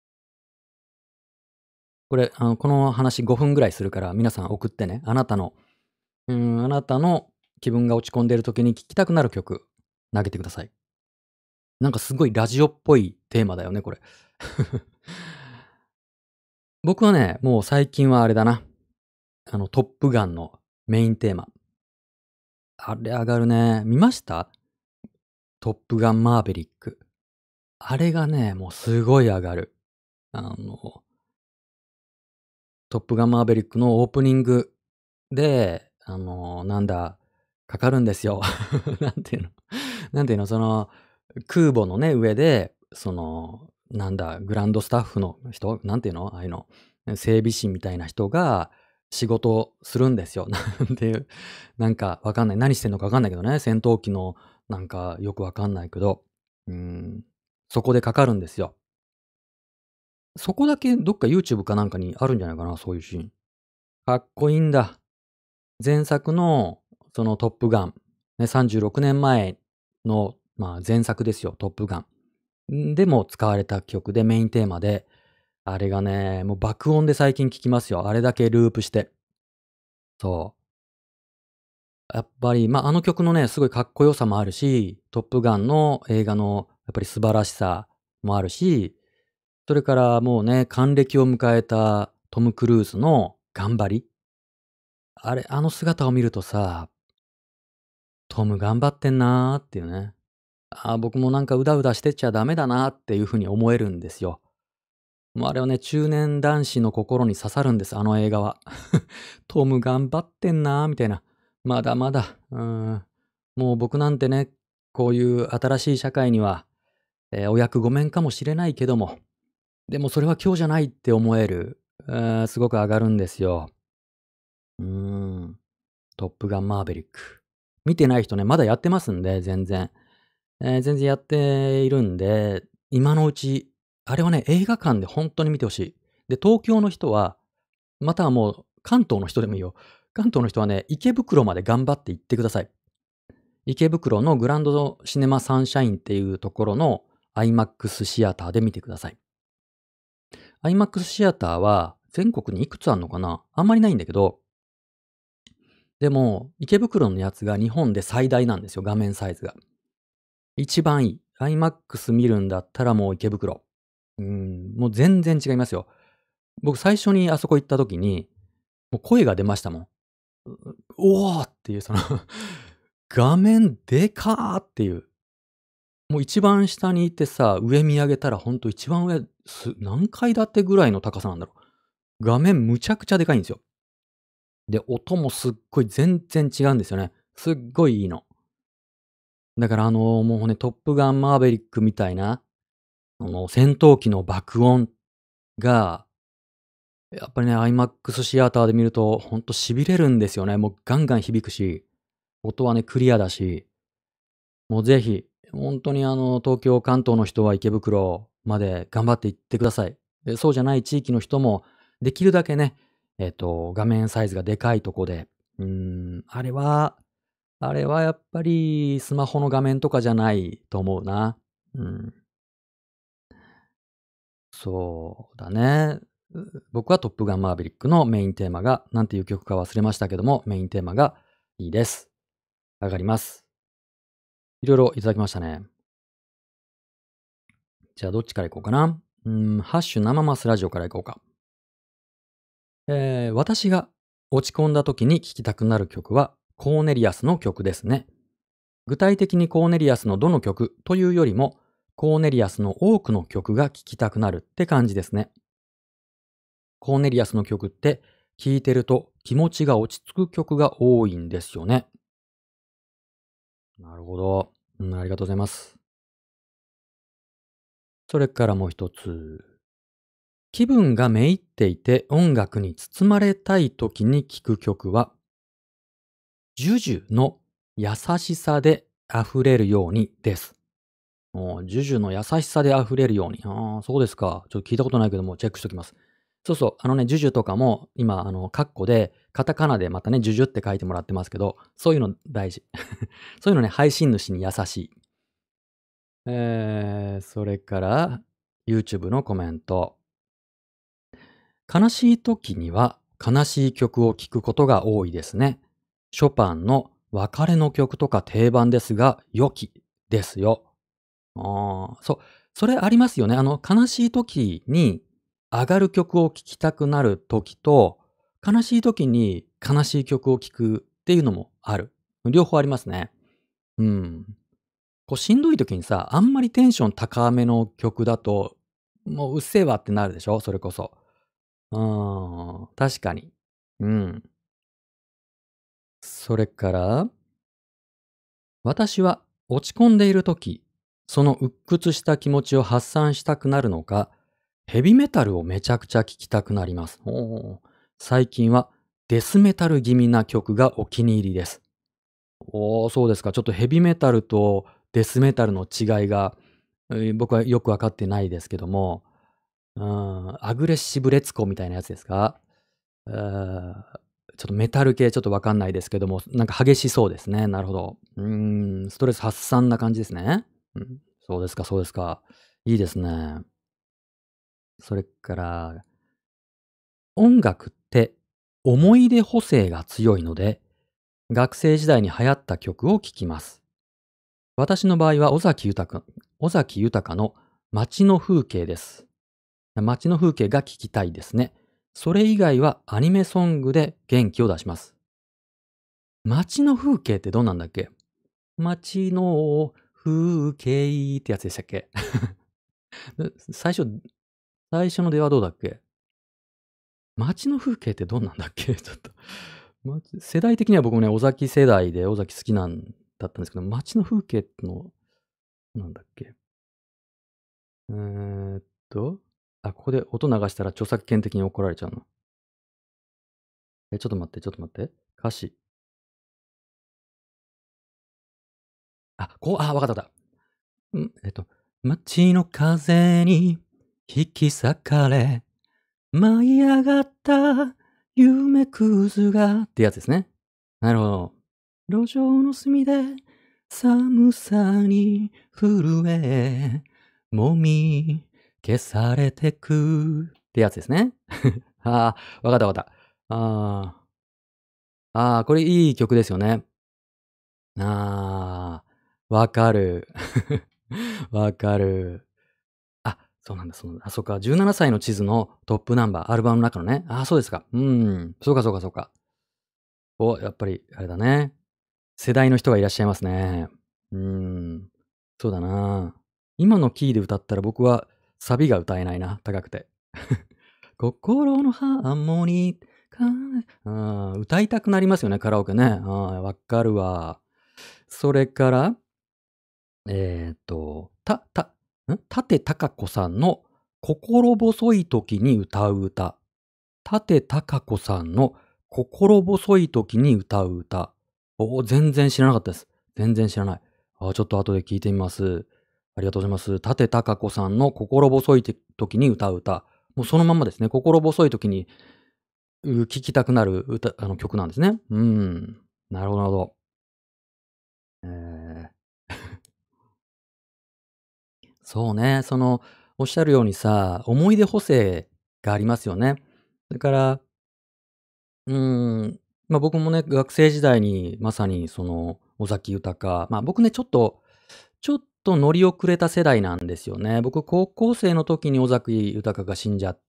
これ、あの、この話ごふんぐらいするから、皆さん送ってね。あなたの、うーん、あなたの気分が落ち込んでる時に聴きたくなる曲、投げてください。なんかすごいラジオっぽいテーマだよね、これ。 僕はね、もう最近はあれだな。あの、トップガンのメインテーマ。あれ上がるね。見ました？トップガンマーヴェリック。あれがね、もうすごい上がる。あの、トップガンマーヴェリックのオープニングで、あの、なんだ、かかるんですよ。なんていうのなんていうの、その、空母のね、上で、その、なんだ、グランドスタッフの人、なんていうの、ああいうの、整備士みたいな人が仕事をするんですよ。なんていう、なんかわかんない。何してんのかわかんないけどね。戦闘機のなんかよくわかんないけど、うーん、そこでかかるんですよ。そこだけどっか YouTube かなんかにあるんじゃないかな、そういうシーン。かっこいいんだ。前作のそのトップガン、ね、さんじゅうろくねんまえの、まあ、前作ですよ、トップガン。んでも使われた曲でメインテーマで、あれがね、もう爆音で最近聞きますよ。あれだけループして。そう。やっぱり、ま、あの曲のね、すごいかっこよさもあるし、トップガンの映画のやっぱり素晴らしさもあるし、それからもうね、還暦を迎えたトム・クルーズの頑張り。あれ、あの姿を見るとさ、トム頑張ってんなーっていうね。ああ、僕もなんかうだうだしてちゃダメだなっていう風に思えるんですよ。もうあれはね、中年男子の心に刺さるんです、あの映画は。トム頑張ってんなーみたいな。まだまだ、うーん、もう僕なんてね、こういう新しい社会には、えーお役御免かもしれないけども、でもそれは今日じゃないって思える、うーん、すごく上がるんですよ。うーん、トップガンマーヴェリック。見てない人ね、まだやってますんで、全然。えー全然やっているんで、今のうち、あれはね、映画館で本当に見てほしい。で、東京の人は、またはもう関東の人でもいいよ。関東の人はね、池袋まで頑張って行ってください。池袋のグランドシネマサンシャインっていうところの アイマックス シアターで見てください。アイマックス シアターは全国にいくつあんのかな、あんまりないんだけど、でも池袋のやつが日本で最大なんですよ、画面サイズが。一番いい。アイマックス 見るんだったらもう池袋。うーん、もう全然違いますよ。僕最初にあそこ行った時に、もう声が出ましたもん。ううおおっていうその画面でかーっていう。もう一番下にいてさ、上見上げたらほんと一番上、す何階建てぐらいの高さなんだろう。画面むちゃくちゃでかいんですよ。で、音もすっごい全然違うんですよね。すっごいいいの。だからあの、もうね、トップガンマーヴェリックみたいな、あの、戦闘機の爆音が、やっぱりね、アイマックス シアターで見るとほんと痺れるんですよね。もうガンガン響くし、音はね、クリアだし、もうぜひ、ほんとにあの、東京、関東の人は池袋まで頑張って行ってください。で、そうじゃない地域の人も、できるだけね、えっと、画面サイズがでかいとこで、うーん、あれはあれはやっぱりスマホの画面とかじゃないと思うな。うん。そうだね。う僕はトップガンマーヴェリックのメインテーマが、なんていう曲か忘れましたけども、メインテーマがいいです。上がります。いろいろいただきましたね。じゃあどっちからいこうかな。うーん、ハッシュ生マスラジオからいこうか。えー、私が落ち込んだ時に聴きたくなる曲は、コーネリアスの曲ですね。具体的にコーネリアスのどの曲というよりも、コーネリアスの多くの曲が聴きたくなるって感じですね。コーネリアスの曲って聴いてると気持ちが落ち着く曲が多いんですよね。なるほど。うん、ありがとうございます。それからもう一つ。気分がめいっていて音楽に包まれたい時に聴く曲は、ジュジュの優しさで溢れるようにです。おジュジュの優しさで溢れるように。ああ、そうですか。ちょっと聞いたことないけども、チェックしておきます。そうそう、あのね、ジュジュとかも、今、あの、カッコで、カタカナでまたね、ジュジュって書いてもらってますけど、そういうの大事。そういうのね、配信主に優しい。えー、それから、YouTube のコメント。悲しい時には、悲しい曲を聴くことが多いですね。ショパンの別れの曲とか定番ですが、良きですよ。ああ、そう。それありますよね。あの、悲しい時に上がる曲を聴きたくなる時と、悲しい時に悲しい曲を聴くっていうのもある。両方ありますね。うん。こうしんどい時にさ、あんまりテンション高めの曲だと、もううっせえわってなるでしょ、それこそ。うーん、確かに。うん。それから、私は落ち込んでいる時、その鬱屈した気持ちを発散したくなるのか、ヘビメタルをめちゃくちゃ聴きたくなります。おー、最近はデスメタル気味な曲がお気に入りです。おお、そうですか。ちょっとヘビメタルとデスメタルの違いが、えー僕はよくわかってないですけども、うーん、アグレッシブレツコみたいなやつですか？うーん、ちょっとメタル系ちょっとわかんないですけども、なんか激しそうですね。なるほど。うーん、ストレス発散な感じですね。うん、そうですかそうですか。いいですね。それから、音楽って思い出補正が強いので、学生時代に流行った曲を聴きます。私の場合は尾崎豊尾崎豊の街の風景です。街の風景が聴きたいですね。それ以外はアニメソングで元気を出します。街の風景ってどんなんだっけ？街の風景ってやつでしたっけ？で最初最初の出はどうだっけ？街の風景ってどんなんだっけ？ちょっと、ま世代的には僕もね、尾崎世代で尾崎好きなんだったんですけど、街の風景ってのなんだっけ？えーっと、あ、ここで音流したら著作権的に怒られちゃうな。え、ちょっと待って、ちょっと待って。歌詞。あ、こう、あ、わかったわかった。ん、えっと、街の風に引き裂かれ、舞い上がった夢くずがってやつですね。なるほど。路上の隅で寒さに震え、もみ消されてくってやつですね。ああ、わかったわかった。ああ、ああ、これいい曲ですよね。ああ、わかる。わかる。あ、そうなんだ、そうなんだ。あ、そっか、じゅうななさいの地図のトップナンバー、アルバムの中のね。ああ、そうですか。うーん、そうかそうかそうか。お、やっぱりあれだね。世代の人がいらっしゃいますね。うーん、そうだな。今のキーで歌ったら僕はサビが歌えないな、高くて。心のハーモニーかあー歌いたくなりますよね、カラオケね。ああ、わかるわ。それから、えっと、たたん、舘貴子さんの心細い時に歌う歌。舘貴子さんの心細い時に歌う歌。おお、全然知らなかったです。全然知らない。あ、ちょっと後で聞いてみます。ありがとうございます。舘貴子さんの心細いて時に歌う歌。もうそのまんまですね。心細い時に、う聴きたくなる歌あの、曲なんですね。うーん。なるほどなるほど。ええ、そうね、その、おっしゃるようにさ、思い出補正がありますよね。だから、うーん、ま、僕もね、学生時代にまさにその、尾崎豊、ま、僕ね、ちょっとちょっと乗り遅れた世代なんですよね。僕、高校生の時に尾崎豊が死んじゃって、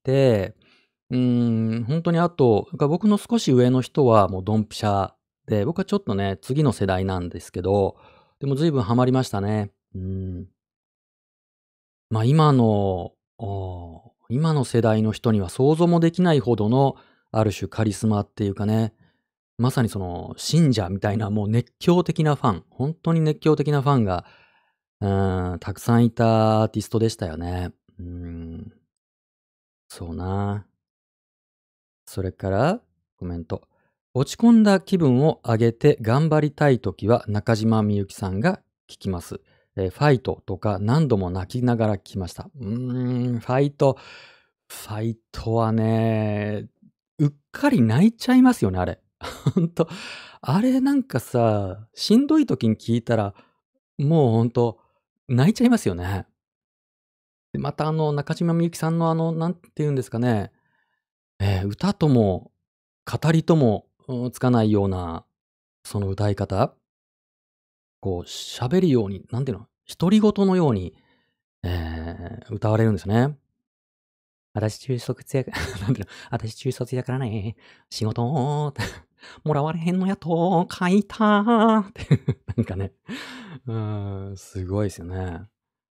うーん、ほんとにあと、なんか僕の少し上の人はもうドンピシャで、僕はちょっとね、次の世代なんですけど、でも随分ハマりましたね。うーん。ま、今の、ああ、今の世代の人には想像もできないほどの、ある種カリスマっていうかね、まさにその信者みたいなもう熱狂的なファン、ほんとに熱狂的なファンが、うーん、たくさんいたアーティストでしたよね。うーん、そうな。それから、コメント。落ち込んだ気分を上げて頑張りたいときは中島みゆきさんが聴きます。えーファイトとか何度も泣きながら聴きました。うーん、ファイト、ファイトはね、うっかり泣いちゃいますよね、あれ。ほんと。あれなんかさ、しんどい時に聴いたら、もうほんと、泣いちゃいますよね。で、またあの、中島みゆきさんのあの、なんて言うんですかね、ええ、歌とも語りとも、うん、つかないような、その歌い方、こう喋るように、なんていうの、独り言のように、ええ、歌われるんですね。 私中卒や、なんていうの、私中卒やからね、仕事、もらわれへんのやと書いたってなんかね、うーん、すごいですよね。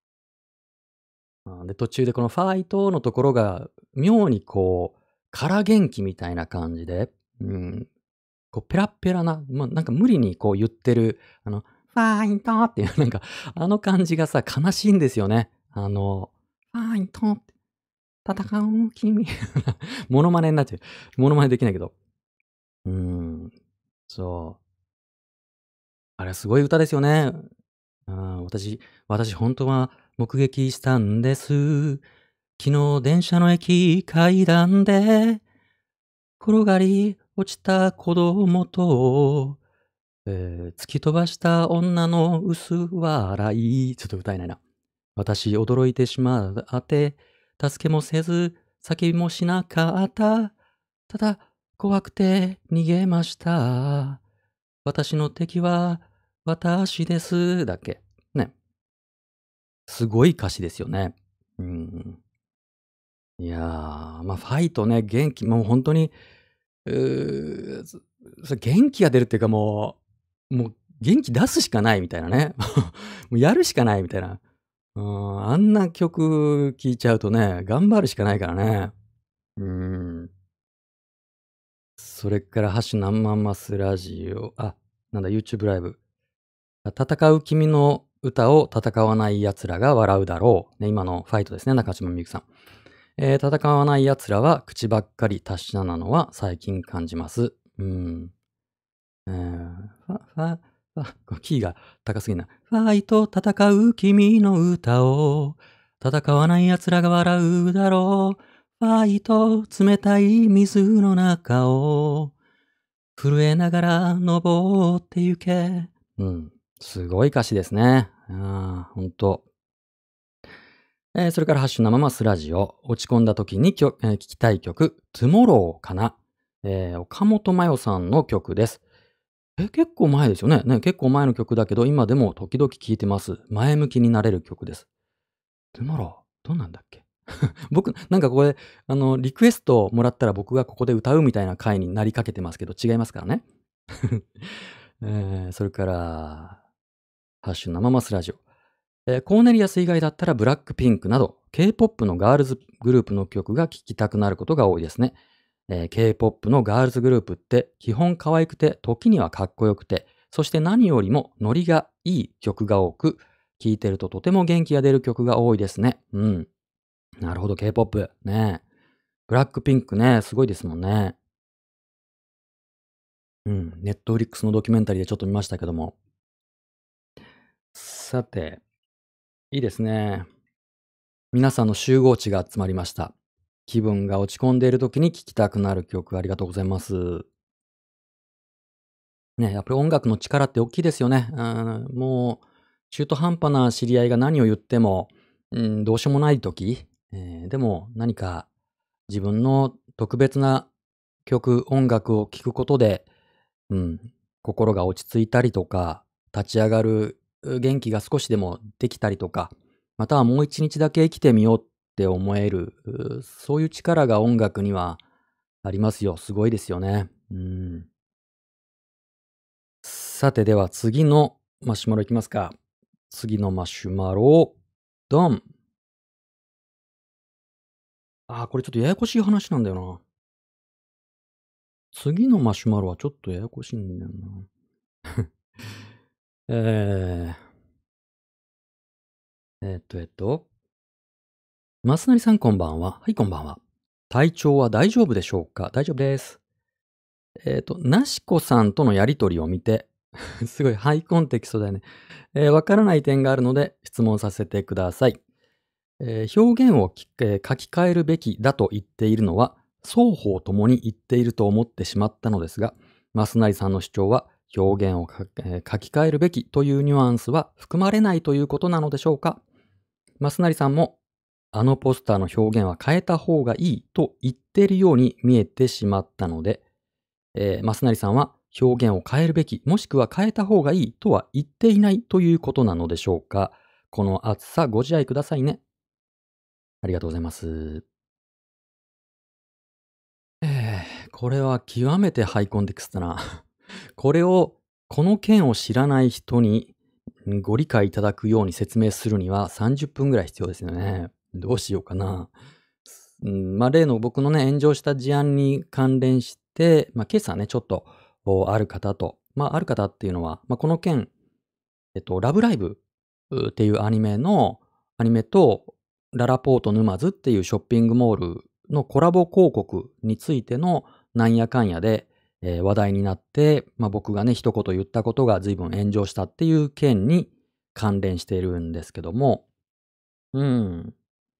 あ、で、途中でこのファイトのところが、妙にこう、空元気みたいな感じで、うん、こうペラッペラな、ま、なんか無理にこう言ってる、あの、ファイトっていうなんか、あの感じがさ、悲しいんですよね。あの、ファイトって、戦う君モノマネになっちゃう。モノマネできないけど。うーん、そう。あれはすごい歌ですよね。ああ、私私ほんとは目撃したんです。昨日電車の駅階段で、転がり落ちた子供と、ええ、突き飛ばした女の薄笑い。ちょっと歌えないな。私驚いてしまって、助けもせず、叫びもしなかった。ただ、怖くて逃げました。私の敵は私です。だっけ。ね。すごい歌詞ですよね。うん。いや、ま、ファイトね、元気もうほんとに、うーそそ元気が出るっていうかもうもう元気出すしかないみたいなね。もうやるしかないみたいな。うーん、あんな曲聴いちゃうとね、頑張るしかないからね。うーん。それからハッシュ生マスラジオ、あ、なんだ YouTube ライブ。あ、戦う君の歌を戦わない奴らが笑うだろう。ね、今のファイトですね、中島みゆきさん。えー戦わない奴らは口ばっかり達者なのは最近感じます。うーん。えーファファファこキーが高すぎるな。ファイト戦う君の歌を戦わない奴らが笑うだろう。ファイト冷たい水の中を震えながら登ってゆけ。うん。すごい歌詞ですね。ああ、ほんと。えーそれからハッシュ生マスラジオ。落ち込んだ時にきょ、えー聞きたい曲、Tomorrow かな。えー岡本真代さんの曲です。え、結構前ですよね。ね、結構前の曲だけど、今でも時々聴いてます。前向きになれる曲です。Tomorrow、どうなんだっけ僕、なんかこれ、あの、リクエストもらったら僕がここで歌うみたいな回になりかけてますけど、違いますからね。えーそれから、ハッシュ生マスラジオ。えーコーネリアス以外だったらブラックピンクなど K-ポップ のガールズグループの曲が聴きたくなることが多いですね。えー K-ポップ のガールズグループって基本可愛くて時にはかっこよくて、そして何よりもノリがいい曲が多く、聴いてるととても元気が出る曲が多いですね。うん。なるほど、K-ポップ。ね。ブラックピンクね、すごいですもんね。うん。ネットフリックスのドキュメンタリーでちょっと見ましたけども。さて、いいですね。皆さんの集合値が集まりました。気分が落ち込んでいる時に聴きたくなる曲ありがとうございます。ね、やっぱり音楽の力って大きいですよね。うん、もう中途半端な知り合いが何を言っても、うん、どうしようもない時、えーでも何か自分の特別な曲、音楽を聴くことで、うん、心が落ち着いたりとか、立ち上がるう元気が少しでもできたりとか、またはもう一日だけ生きてみようって思える、うそういう力が音楽にはありますよ。すごいですよね。うん。さて、では次のマシュマロいきますか。次のマシュマロ、ドン。ああ、これちょっとややこしい話なんだよな。次のマシュマロはちょっとややこしいんだよな。えー、えーっと、えっと、マスナリさんこんばんは。はい、こんばんは。体調は大丈夫でしょうか？大丈夫です。えっと、なしこさんとのやりとりを見て、すごいハイコンテキストだよね。えーわからない点があるので質問させてください。えー表現をきえー書き換えるべきだと言っているのは、双方ともに言っていると思ってしまったのですが、マスナリさんの主張は、表現を書えー書き換えるべきというニュアンスは含まれないということなのでしょうか？マスナリさんも、あのポスターの表現は変えた方がいいと言っているように見えてしまったので、えー、マスナリさんは表現を変えるべき、もしくは変えた方がいいとは言っていないということなのでしょうか？この厚さご自愛くださいね。ありがとうございます。 これは極めてハイコンテクストな。これを、この件を知らない人にんご理解いただくように説明するにはさんじゅっぷんぐらい必要ですよね。どうしようかな。うん、まあ、例の僕のね、炎上した事案に関連して、まあ、今朝ね、ちょっと、おある方と、まあ、ある方っていうのは、まあ、この件、えっと、ラブライブうっていうアニメのアニメと、ララポート沼津っていうショッピングモールのコラボ広告についてのなんやかんやで、えー話題になって、まあ、僕がね、一言言ったことが随分炎上したっていう件に関連しているんですけども、うん。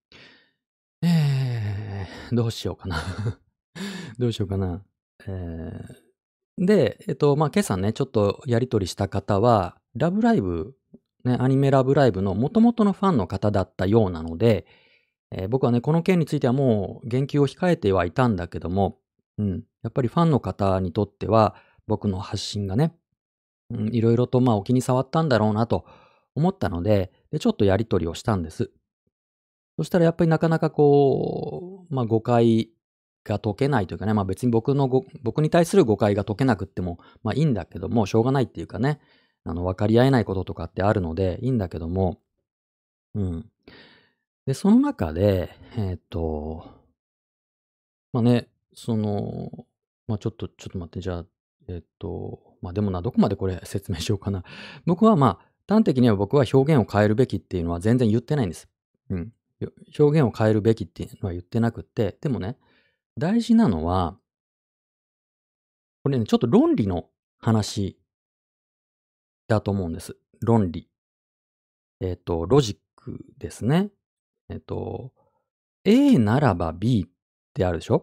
えー、どうしようかな。どうしようかな。えー、で、えっと、まあ、今朝ね、ちょっとやり取りした方は、ラブライブ、ね、アニメラブライブの元々のファンの方だったようなので、えー僕はね、この件についてはもう言及を控えてはいたんだけども、うん、やっぱりファンの方にとっては、僕の発信がね、うん、いろいろとまあお気に障ったんだろうなと思ったので、で、ちょっとやり取りをしたんです。そしたらやっぱりなかなかこう、まあ誤解が解けないというかね、まあ別に僕のご、僕に対する誤解が解けなくっても、まあいいんだけども、しょうがないっていうかね、あの、分かり合えないこととかってあるので、いいんだけども、うん。で、その中で、えーっと、まあね、その、まあちょっと、ちょっと待って、じゃあ、えーっと、まあでもな、どこまでこれ説明しようかな。僕はまあ、端的には僕は表現を変えるべきっていうのは全然言ってないんです。うん。よ表現を変えるべきっていうのは言ってなくって、でもね、大事なのは、これね、ちょっと論理の話だと思うんです。論理。えっと、ロジックですね。えっと、A ならば B ってあるでしょ？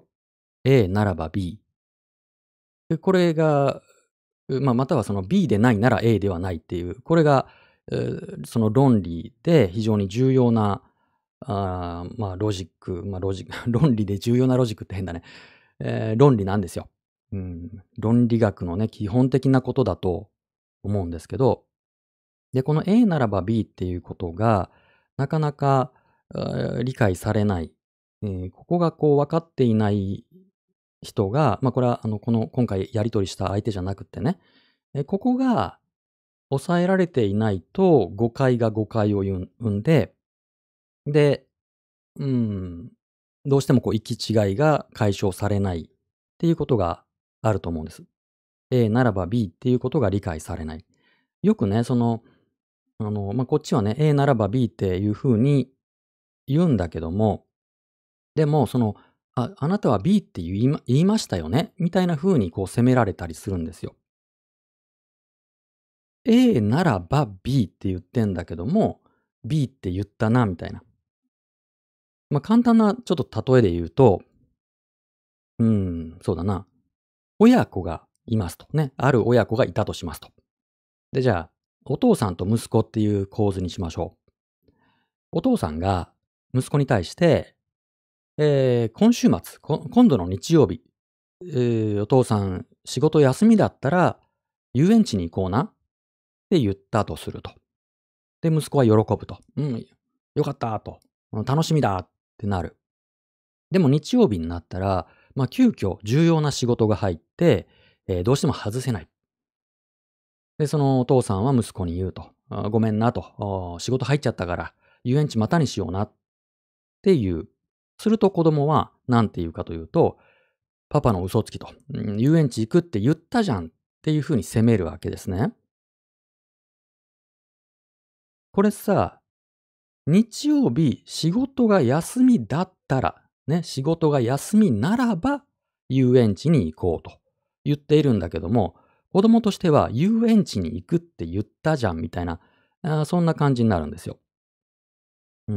A ならば B。で、これが、うまあ、またはその B でないなら A ではないっていう、これが、うその論理で非常に重要な、あーまあ、ロジック、まあ、ロジ論理で重要なロジックって変だね。えー論理なんですよ。うん。論理学のね、基本的なことだと思うんですけど、で、この A ならば B っていうことが、なかなか、あー理解されない。えーここがこう分かっていない人が、まあ、これはあの、この今回やり取りした相手じゃなくってね、え、ここが抑えられていないと、誤解が誤解を生ん生んで、で、うーん、どうしてもこう行き違いが解消されないっていうことがあると思うんです。A ならば B っていうことが理解されない。よくね、その、あの、まあ、こっちはね、A ならば B っていう風に言うんだけども、でもその、あ、あなたは B って言いま言いましたよね、みたいな風にこう責められたりするんですよ。A ならば B って言ってんだけども、B って言ったな、みたいな。まあ、簡単なちょっと例えで言うと、うーん、そうだな。親子がいますとね。ある親子がいたとしますと。で、じゃあ、お父さんと息子っていう構図にしましょう。お父さんが息子に対して、えー今週末、こ今度の日曜日、えーお父さん仕事休みだったら遊園地に行こうなって言ったとすると。で、息子は喜ぶと。うん、よかったと。うん楽しみだってなる。でも日曜日になったら、まあ、急遽重要な仕事が入って、えーどうしても外せない。で、そのお父さんは息子に言うと。あごめんなと。あ仕事入っちゃったから、遊園地またにしようなっていう。すると子供は何て言うかというと、パパの嘘つきと。うん、遊園地行くって言ったじゃんっていうふうに責めるわけですね。これさ、日曜日仕事が休みだったら、ね、仕事が休みならば遊園地に行こうと言っているんだけども、子供としては遊園地に行くって言ったじゃんみたいな、あーそんな感じになるんですよ。うん。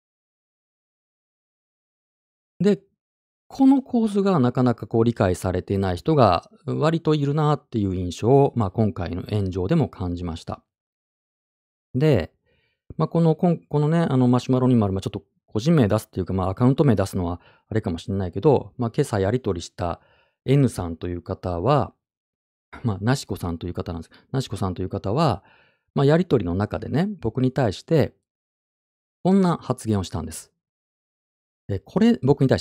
で、この構図がなかなかこう理解されていない人が割といるなっていう印象を、まあ、今回の炎上でも感じました。で、まあ、このこんこのね、あのマシュマロにもある、まあ、ちょっと個人名出すっていうか、まあ、アカウント名出すのはあれかもしれないけど、まあ、今朝やり取りした N さんという方は、まあ、なしこさんという方なんです。なしこさんという方は、まあ、やり取りの中でね、僕に対してこんな発言をしたんです。え、これ僕に対してね、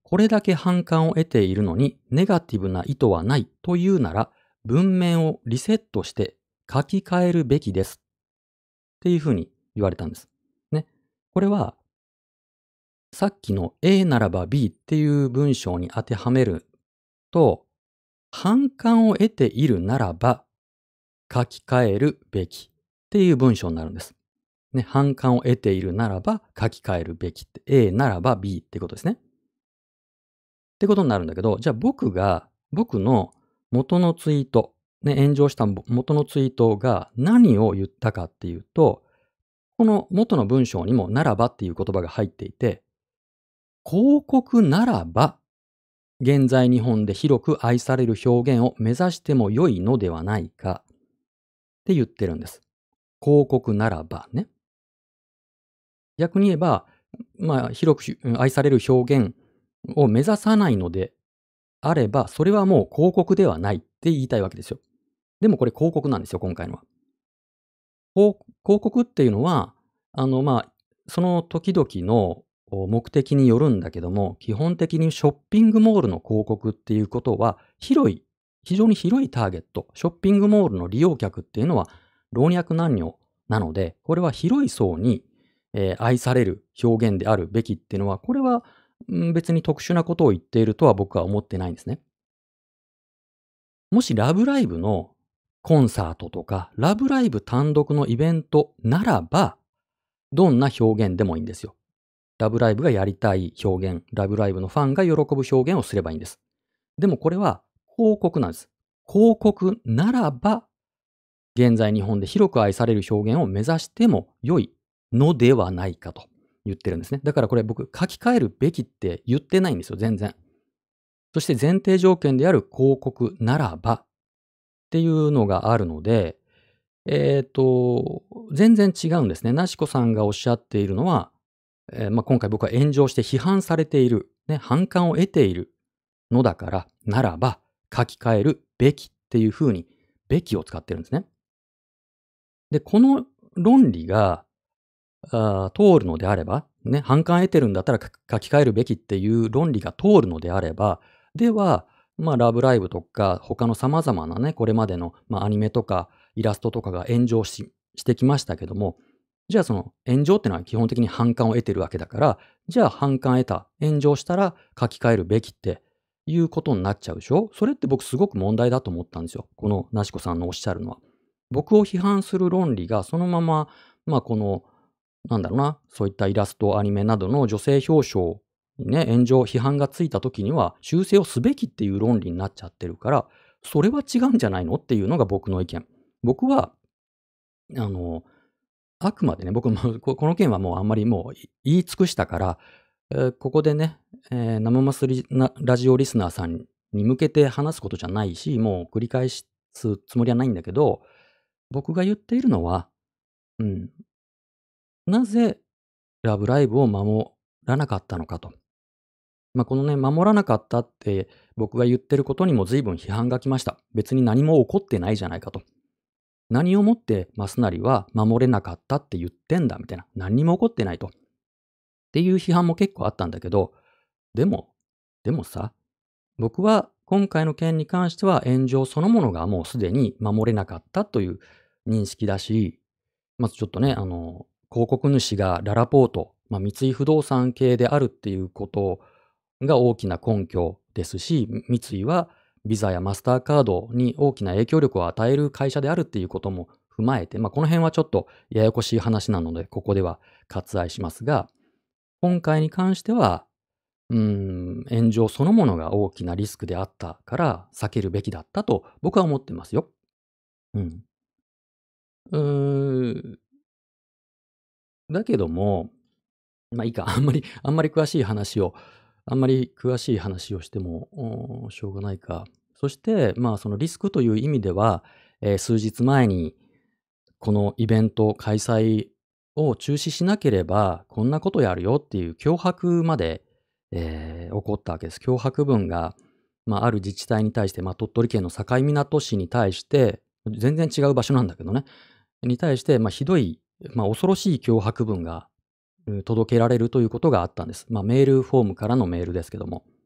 これだけ反感を得ているのにネガティブな意図はないというなら、文面をリセットして書き換えるべきですっていうふうに言われたんです。ね。これはさっきの A ならば B っていう文章に当てはめると、反感を得ているならば書き換えるべきっていう文章になるんです。ね、反感を得ているならば書き換えるべきって A ならば B ってことですね。ってことになるんだけど、じゃあ僕が、僕の元のツイート、ね、炎上した元のツイートが何を言ったかっていうと、この元の文章にもならばっていう言葉が入っていて、広告ならば、現在日本で広く愛される表現を目指しても良いのではないかって言ってるんです。広告ならばね。逆に言えば、まあ、広く愛される表現を目指さないのであれば、それはもう広告ではないって言いたいわけですよ。でもこれ広告なんですよ、今回のは。広広告っていうのは、あの、まあ、その時々の目的によるんだけども、基本的にショッピングモールの広告っていうことは、広い、非常に広いターゲット、ショッピングモールの利用客っていうのは老若男女なので、これは広い層に、えー愛される表現であるべきっていうのは、これはうん別に特殊なことを言っているとは僕は思ってないんですね。もしラブライブのコンサートとか、ラブライブ単独のイベントならば、どんな表現でもいいんですよ。ラブライブがやりたい表現、ラブライブのファンが喜ぶ表現をすればいいんです。でもこれは広告なんです。広告ならば、現在日本で広く愛される表現を目指しても良いのではないかと言ってるんですね。だからこれ僕書き換えるべきって言ってないんですよ、全然。そして前提条件である広告ならばっていうのがあるので、えっと、全然違うんですね。なしこさんがおっしゃっているのは、えーまあ、今回僕は炎上して批判されている、ね、反感を得ているのだから、ならば書き換えるべきっていうふうに、べきを使ってるんですね。で、この論理が、あー通るのであれば、ね、反感を得てるんだったら書書き換えるべきっていう論理が通るのであれば、では、まあ、ラブライブとか、他の様々なね、これまでの、まあ、アニメとかイラストとかが炎上ししてきましたけども、じゃあその炎上ってのは基本的に反感を得てるわけだから、じゃあ反感を得た、炎上したら書き換えるべきっていうことになっちゃうでしょ。それって僕すごく問題だと思ったんですよ。このなしこさんのおっしゃるのは。僕を批判する論理がそのまま、まあこの、なんだろうな、そういったイラスト、アニメなどの女性表彰にね、炎上、批判がついた時には修正をすべきっていう論理になっちゃってるから、それは違うんじゃないのっていうのが僕の意見。僕は、あの、あくまでね、僕もここの件はもうあんまりもうい言い尽くしたから、えーここでね、えー生マスリなラジオリスナーさんに向けて話すことじゃないし、もう繰り返すつもりはないんだけど、僕が言っているのは、うん、なぜラブライブを守らなかったのかと。まあ、このね、守らなかったって僕が言ってることにも随分批判が来ました。別に何も起こってないじゃないかと。何をもってマスナリは守れなかったって言ってんだみたいな。何にも起こってないと。っていう批判も結構あったんだけど、でも、でもさ、僕は今回の件に関しては炎上そのものがもうすでに守れなかったという認識だし、まずちょっとね、あの、広告主がララポート、まあ、三井不動産系であるっていうことが大きな根拠ですし、三井はビザやマスターカードに大きな影響力を与える会社であるっていうことも踏まえて、まあ、この辺はちょっとややこしい話なので、ここでは割愛しますが、今回に関しては、うーん、炎上そのものが大きなリスクであったから避けるべきだったと僕は思ってますよ。うん。うーん、だけども、ま、いいか、あんまりあんまり詳しい話をあんまり詳しい話をしても、おしょうがないか。そして、まあ、そのリスクという意味では、えー数日前にこのイベント開催を中止しなければ、こんなことやるよっていう脅迫まで、えー起こったわけです。脅迫文が、まあ、ある自治体に対して、まあ、鳥取県の境港市に対して、全然違う場所なんだけどね、に対して、まあ、ひどい、まあ、恐ろしい脅迫文が、うん届けられるということがあったんです。まあ、メールフォームからのメールですけども。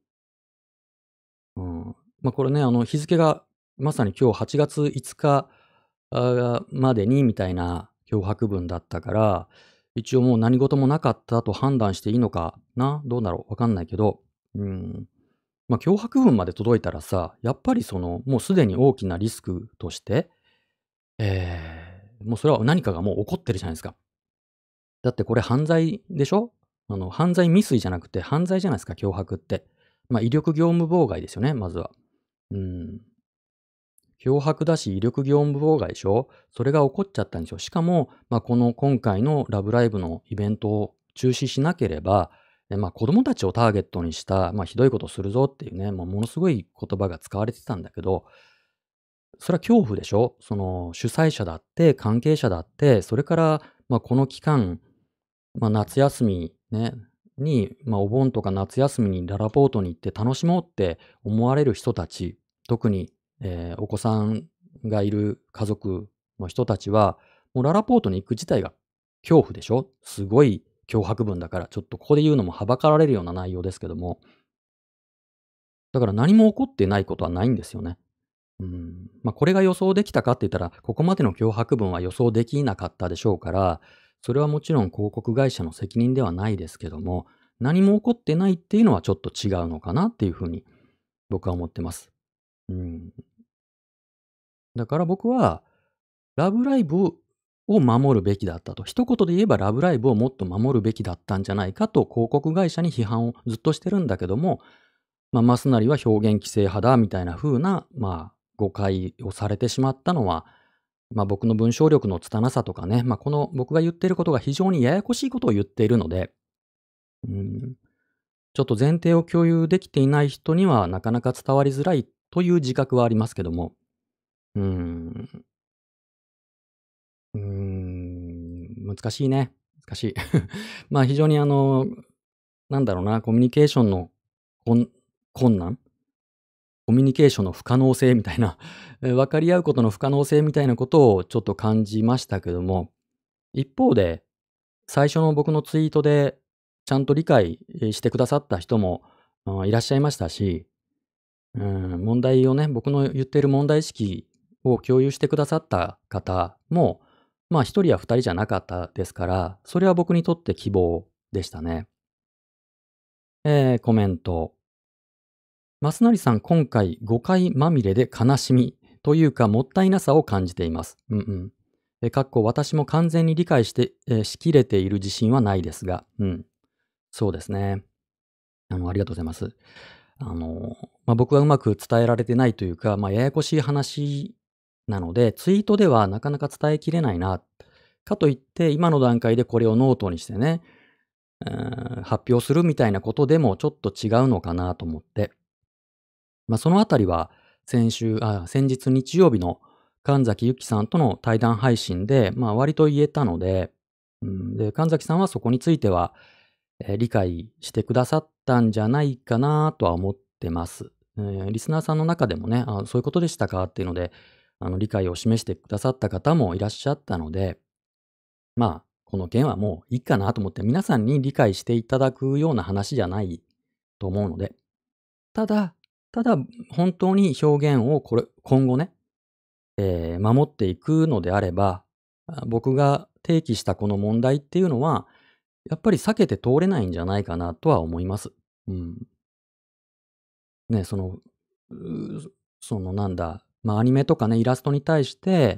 ま、これね、あの、日付がまさに今日はちがついつか、あ、までにみたいな脅迫文だったから、一応もう何事もなかったと判断していいのかな、どうだろう、わかんないけど、うーん、ま、脅迫文まで届いたらさ、やっぱりその、もうすでに大きなリスクとして、ええ、もうそれは何かがもう起こってるじゃないですか。だってこれ犯罪でしょ？あの、犯罪未遂じゃなくて犯罪じゃないですか、脅迫って。ま、威力業務妨害ですよね、まずは。うーん。脅迫だし、威力業務妨害でしょ。それが起こっちゃったんですよ。しかも、ま、この今回のラブライブのイベントを中止しなければ、え、ま、子供たちをターゲットにした、ま、ひどいことするぞっていうね、もうものすごい言葉が使われてたんだけど、それは恐怖でしょ。その主催者だって関係者だって、それから、ま、この期間、ま、夏休みね、に、ま、お盆とか夏休みにららぽーとに行って楽しもうって思われる人たち、特に、ええ、お子さんがいる家族の人たちは、もうららぽーとに行く自体が恐怖でしょ。すごい脅迫文だから、ちょっとここで言うのもはばかられるような内容ですけども、だから何も起こってないことはないんですよね。うん。まあ、これが予想できたかって言ったら、ここまでの脅迫文は予想できなかったでしょうから、それはもちろん広告会社の責任ではないですけども、何も起こってないっていうのはちょっと違うのかなっていうふうに僕は思ってます。うん。だから僕は、ラブライブを守るべきだったと。一言で言えばラブライブをもっと守るべきだったんじゃないかと広告会社に批判をずっとしてるんだけども、まあ、マスナリは表現規制派だみたいな風な、まあ、誤解をされてしまったのは、まあ、僕の文章力の拙さとかね、まあ、この僕が言っていることが非常にややこしいことを言っているので、うん、ちょっと前提を共有できていない人にはなかなか伝わりづらいという自覚はありますけども、うーん、うーん、難しいね。難しい。まあ、非常にあの、なんだろうな、コミュニケーションのこん困難コミュニケーションの不可能性みたいな、え、分かり合うことの不可能性みたいなことをちょっと感じましたけども、一方で、最初の僕のツイートでちゃんと理解、え、してくださった人も、あ、いらっしゃいましたし、うん、問題をね、僕の言っている問題意識を共有してくださった方も、まあ、ひとりやふたりじゃなかったですから、それは僕にとって希望でしたね。えーコメント。マスナリさん、今回誤解まみれで悲しみというかもったいなさを感じています。うんうん。え、かっこ私も完全に理解して、え、しきれている自信はないですが、うん。そうですね。あの、ありがとうございます。あの、まあ、僕はうまく伝えられてないというか、まあ、ややこしい話なので、ツイートではなかなか伝えきれないな。かといって、今の段階でこれをノートにしてね、うーん、発表するみたいなことでもちょっと違うのかなと思って。まあ、そのあたりは、先週あ、先日日曜日の神崎由紀さんとの対談配信で、まあ、割と言えたので、うん、で、神崎さんはそこについては、え、理解してくださったんじゃないかなとは思ってます。えーリスナーさんの中でもね、あ、そういうことでしたかっていうので、あの、理解を示してくださった方もいらっしゃったので、まあ、この件はもういいかなと思って、皆さんに理解していただくような話じゃないと思うので、ただ、ただ、本当に表現をこれ今後ね、えー守っていくのであれば、あ、僕が提起したこの問題っていうのは、やっぱり避けて通れないんじゃないかなとは思います。うん。ね、その、うそのなんだ、ま、アニメとかね、イラストに対して、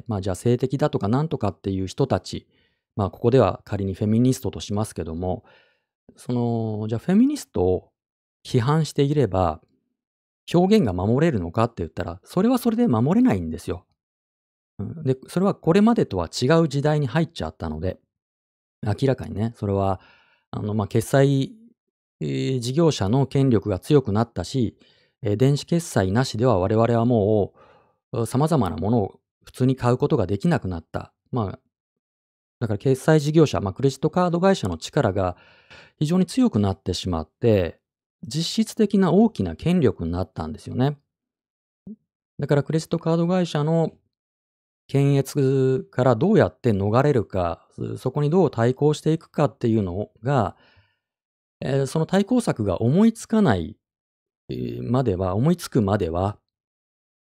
ま、じゃあ性的だとかなんとかっていう人たち、ま、ここでは仮にフェミニストとしますけども、その、じゃあフェミニストを批判していれば表現が守れるのかって言ったら、それはそれで守れないんですよ。うん。で、それはこれまでとは違う時代に入っちゃったので、明らかにね、それは、あの、まあ、決済、えー事業者の権力が強くなったし、えー電子決済なしでは我々はもう、様々なものを普通に買うことができなくなった。まあ、だから決済事業者、まあ、クレジットカード会社の力が非常に強くなってしまって、実質的な大きな権力になったんですよね。だからクレジットカード会社の検閲からどうやって逃れるか、そそこにどう対抗していくかっていうのが、えーその対抗策が思いつかない、えーまでは思いつくまでは、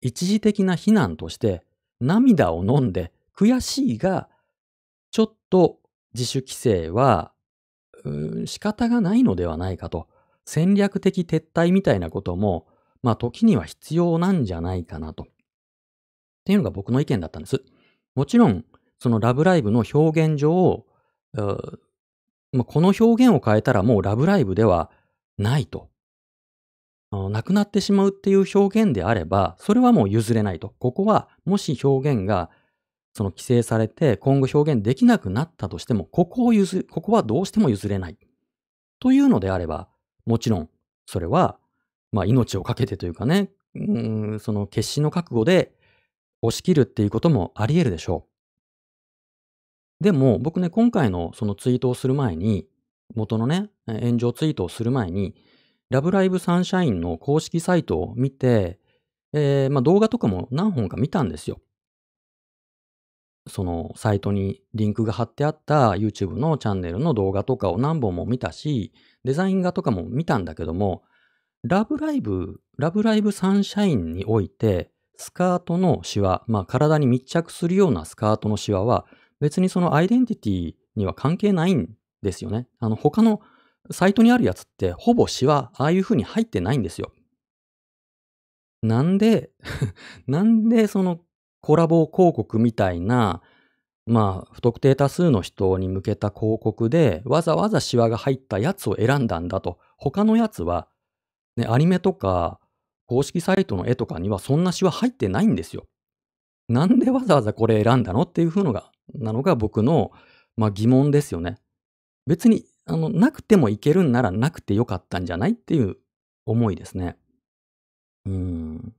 一時的な非難として、涙を飲んで悔しいが、ちょっと自主規制は、うー仕方がないのではないかと。戦略的撤退みたいなことも、まあ時には必要なんじゃないかなと。っていうのが僕の意見だったんです。もちろん、そのラブライブの表現上、うーまあ、この表現を変えたらもうラブライブではないと。あの、なくなってしまうっていう表現であれば、それはもう譲れないと。ここは、もし表現が、その規制されて、今後表現できなくなったとしても、ここを譲ここはどうしても譲れない。というのであれば、もちろん、それは、まあ、命を懸けてというかね、うーん、その決死の覚悟で押し切るっていうこともあり得るでしょう。でも、僕ね、今回のそのツイートをする前に、元のね、え炎上ツイートをする前に、ラブライブサンシャインの公式サイトを見て、ええ、ま、動画とかも何本か見たんですよ。そのサイトにリンクが貼ってあった YouTube のチャンネルの動画とかを何本も見たし、デザイン画とかも見たんだけども、ラブライブラブライブサンシャインにおいて、スカートのシワ、まあ、体に密着するようなスカートのシワは、別にそのアイデンティティには関係ないんですよね。あの他のサイトにあるやつってほぼシワ、ああいう風に入ってないんですよ。なんでなんでそのコラボ広告みたいな、まあ、不特定多数の人に向けた広告で、わざわざシワが入ったやつを選んだんだと。他のやつは、ね、アニメとか公式サイトの絵とかにはそんなシワ入ってないんですよ。なんでわざわざこれ選んだのっていう風のがなのが僕の、ま、疑問ですよね。別にあの、なくてもいけるんならなくて良かったんじゃないっていう思いですね。うーん。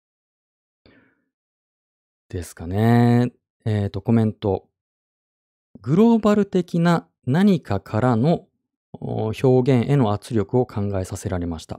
ですかね。えっと、コメント。グローバル的な何かからのお表現への圧力を考えさせられました。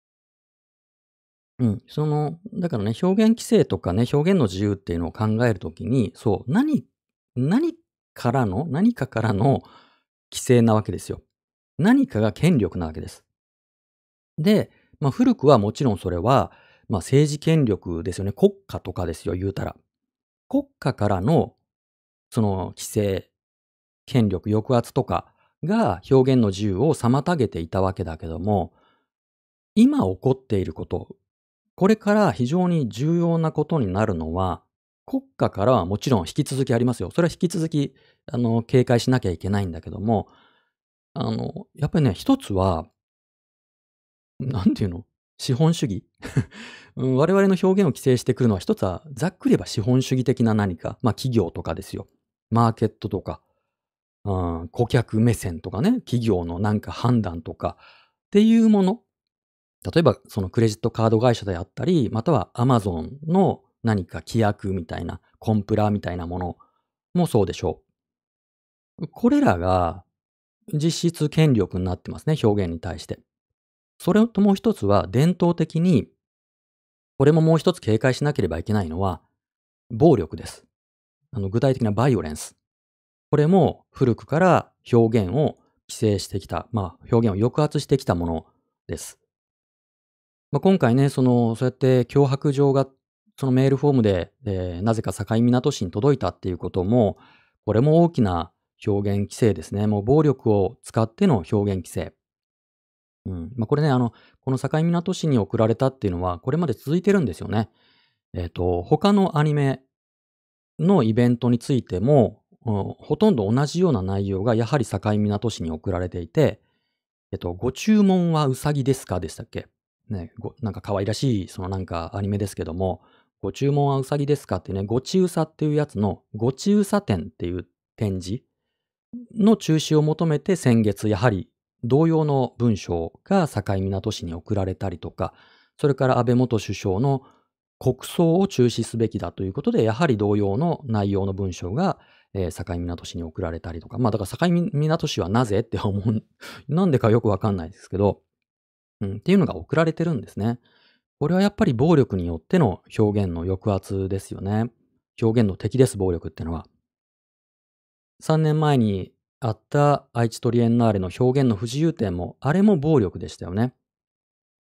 うん、その、だからね、表現規制とかね、表現の自由っていうのを考えるときに、そう、何何からの何かからの規制なわけですよ。何かが権力なわけです。で、まあ、古くはもちろんそれは、まあ、政治権力ですよね。国家とかですよ、言うたら。国家からのその規制、権力、抑圧とかが表現の自由を妨げていたわけだけども、今起こっていること、これから非常に重要なことになるのは、国家からはもちろん引き続きありますよ。それは引き続き、あの、警戒しなきゃいけないんだけども、あの、やっぱりね、一つは、なんていうの、資本主義うん、我々の表現を規制してくるのは、一つはざっくり言えば資本主義的な何か、ま、企業とかですよ。マーケットとか、うん、顧客目線とかね、企業のなんか判断とかっていうもの。例えば、そのクレジットカード会社であったり、またはアマゾンの何か規約みたいな、コンプラみたいなものもそうでしょう。これらが実質権力になってますね、表現に対して。それともう一つは伝統的に、これももう一つ警戒しなければいけないのは、暴力です。あの具体的なバイオレンス。これも古くから表現を規制してきた、まあ、表現を抑圧してきたものです。まあ、今回ね、その、そうやって脅迫状が、そのメールフォームで、えーなぜか境港市に届いたっていうことも、これも大きな表現規制ですね。もう暴力を使っての表現規制。うん。まあ、これね、あの、この境港市に送られたっていうのは、これまで続いてるんですよね。えっと、他のアニメのイベントについても、うん、ほとんど同じような内容がやはり境港市に送られていて、えっと、ご注文はうさぎですかでしたっけ？ね、ごなんか可愛らしい、そのなんかアニメですけども、ご注文はうさぎですかってね、ごちうさっていうやつの、ごちうさ展っていう展示の中止を求めて先月やはり同様の文章が境港市に送られたりとか、それから安倍元首相の国葬を中止すべきだということで、やはり同様の内容の文章が、えー境港市に送られたりとか、まあだから境港市はなぜって思う、なんでかよくわかんないですけど、うん、っていうのが送られてるんですね。これはやっぱり暴力によっての表現の抑圧ですよね。表現の敵です、暴力ってのは。さんねんまえにあった愛知トリエンナーレの表現の不自由展も、あれも暴力でしたよね。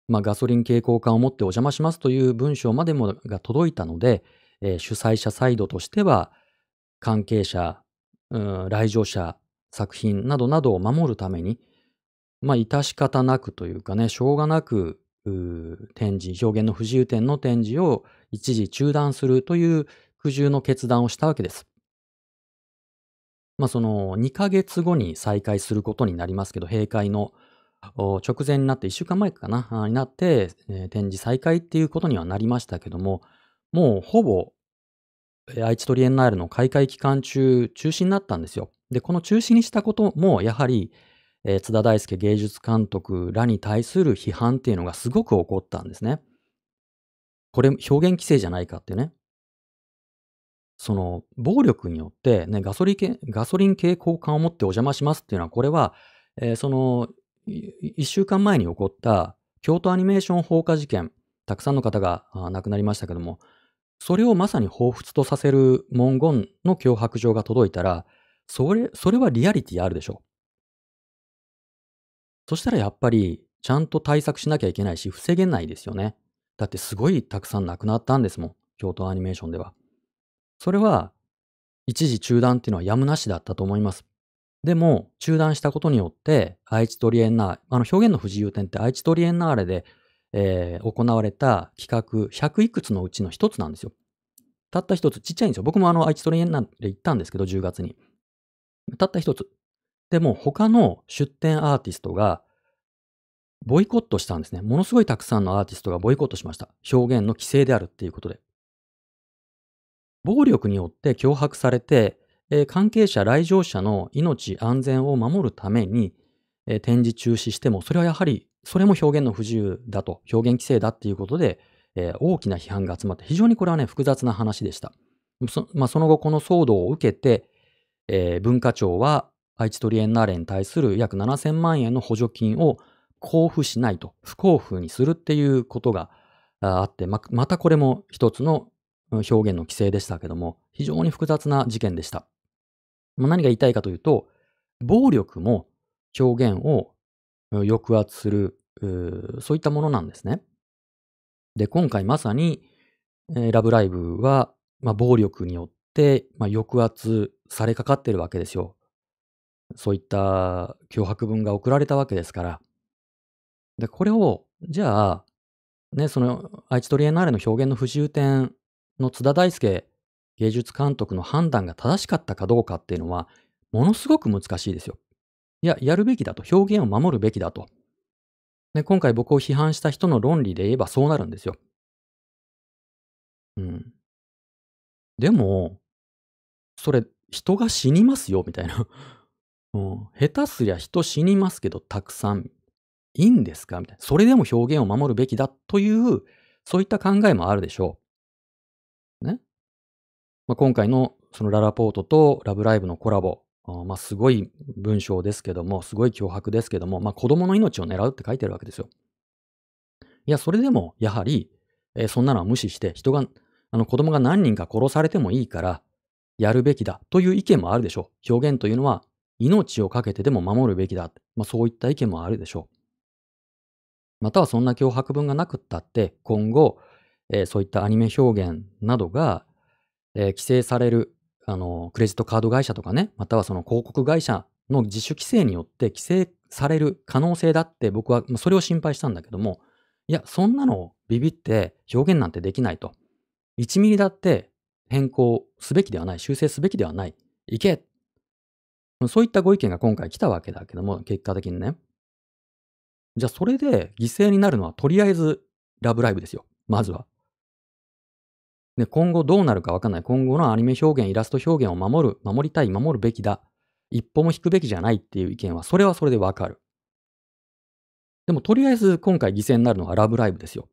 まあ、ガソリン携行缶を持ってお邪魔しますという文章までもが届いたので、えー主催者サイドとしては、関係者、うん、来場者、作品などなどを守るために、まあ、致し方なくというかね、しょうがなく、うー展示、表現の不自由展の展示を一時中断するという苦渋の決断をしたわけです。まあ、そのにかげつごに再開することになりますけど、閉会のお直前になっていっしゅうかんまえかな、あになって、えー展示再開っていうことにはなりましたけども、もうほぼ、え、愛知トリエンナーレの開会期間中、中止になったんですよ。で、この中止にしたこともやはり、えー津田大介芸術監督らに対する批判っていうのがすごく起こったんですね。これ表現規制じゃないかってね。その暴力によってね、ガソリンけガソリン携行缶を持ってお邪魔しますっていうのは、これは、えーその、いいっしゅうかんまえに起こった京都アニメーション放火事件、たくさんの方があ亡くなりましたけども、それをまさに彷彿とさせる文言の脅迫状が届いたら、それそれはリアリティあるでしょ。そしたらやっぱり、ちゃんと対策しなきゃいけないし、防げないですよね。だってすごいたくさん亡くなったんですもん、京都アニメーションでは。それは一時中断っていうのはやむなしだったと思います。でも、中断したことによって、愛知トリエンナーレ、あの表現の不自由展って愛知トリエンナーレで、えー行われた企画ひゃくいくつのうちの一つなんですよ。たった一つ、ちっちゃいんですよ。僕もあの愛知トリエンナーレ行ったんですけど、じゅうがつに。たった一つ。でも他の出展アーティストがボイコットしたんですね。ものすごいたくさんのアーティストがボイコットしました。表現の規制であるっていうことで。暴力によって脅迫されて、えー関係者、来場者の命、安全を守るために、えー展示中止しても、それはやはり、それも表現の不自由だと、表現規制だっていうことで、えー大きな批判が集まって、非常にこれはね、複雑な話でした。そ,、まあ、その後、この騒動を受けて、えー文化庁は愛知トリエンナーレに対する約ななせんまん円の補助金を交付しないと、不交付にするっていうことがああって、ままたこれも一つのうん表現の規制でしたけども、非常に複雑な事件でした。まあ、何が言いたいかというと、暴力も表現をうん抑圧する、うーそういったものなんですね。で、今回まさに、えーラブライブは、まあ、暴力によって、まあ、抑圧されかかってるわけですよ。そういった脅迫文が送られたわけですから。で、これを、じゃあ、ね、その愛知トリエンナーレの表現の不自由展の津田大介芸術監督の判断が正しかったかどうかっていうのは、ものすごく難しいですよ。いや、やるべきだと。表現を守るべきだと。で、今回僕を批判した人の論理で言えばそうなるんですよ。うん。でも、それ、人が死にますよ、みたいな。うん。下手すりゃ人死にますけど、たくさん。いいんですかみたいな。それでも表現を守るべきだという、そういった考えもあるでしょう。ね。まあ、今回のそのララポートとラブライブのコラボ、あまあ、すごい文章ですけども、すごい脅迫ですけども、まあ、子供の命を狙うって書いてあるわけですよ。いや、それでもやはり、えーそんなのは無視して、人が、あの子供が何人か殺されてもいいから、やるべきだという意見もあるでしょう。表現というのは、命を懸けてでも守るべきだ。まあ、そういった意見もあるでしょう。またはそんな脅迫文がなくったって、今後、えーそういったアニメ表現などが、えー規制される、あの、クレジットカード会社とかね、またはその広告会社の自主規制によって規制される可能性だって僕は、まあそれを心配したんだけども、いや、そんなのビビって表現なんてできないと。いちミリだって変更すべきではない、修正すべきではない。いけ。そういったご意見が今回来たわけだけども、結果的にね。じゃあそれで犠牲になるのはとりあえずラブライブですよ。まずは。で、今後どうなるかわかんない。今後のアニメ表現、イラスト表現を守る、守りたい、守るべきだ。一歩も引くべきじゃないっていう意見は、それはそれでわかる。でもとりあえず今回犠牲になるのはラブライブですよ。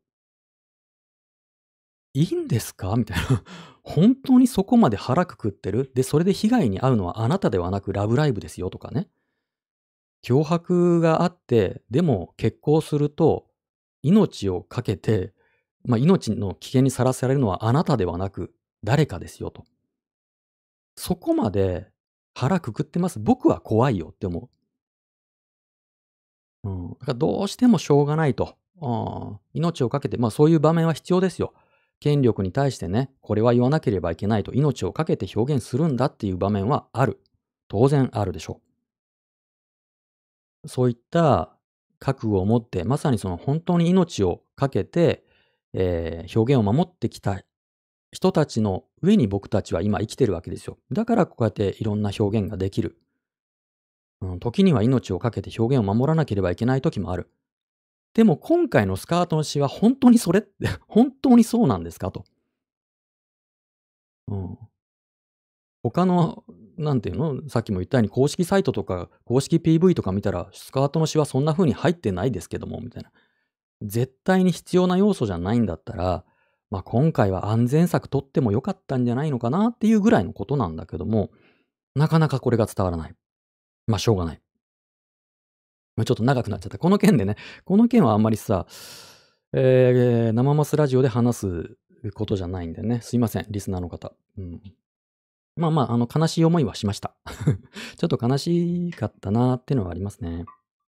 いいんですかみたいな。本当にそこまで腹くくってるで、それで被害に遭うのはあなたではなくラブライブですよとかね。脅迫があって、でも決行すると、命を懸けて、まあ、命の危険にさらされるのはあなたではなく、誰かですよと。そこまで腹くくってます。僕は怖いよって思う。うん。だからどうしてもしょうがないと。 ああ、命を懸けて、ま、そういう場面は必要ですよ。権力に対してね、これは言わなければいけないと命を懸けて表現するんだっていう場面はある。当然あるでしょう。そういった覚悟を持って、まさにその本当に命を懸けて、えー表現を守ってきた人たちの上に僕たちは今生きてるわけですよ。だからこうやっていろんな表現ができる。うん、時には命を懸けて表現を守らなければいけない時もある。でも今回のスカートの詩は本当にそれって、本当にそうなんですかと。うん。他の、なんていうの、さっきも言ったように公式サイトとか公式 ピーブイ とか見たら、スカートの詩はそんな風に入ってないですけども、みたいな。絶対に必要な要素じゃないんだったら、ま、今回は安全策取っても良かったんじゃないのかなっていうぐらいのことなんだけども、なかなかこれが伝わらない。ま、しょうがない。ま、ちょっと長くなっちゃった。この件でね、この件はあんまりさ、ええ、生マスラジオで話すことじゃないんでね、すいません、リスナーの方。うん。まあまあ、あの、悲しい思いはしました。ちょっと悲しかったなっていうのはありますね。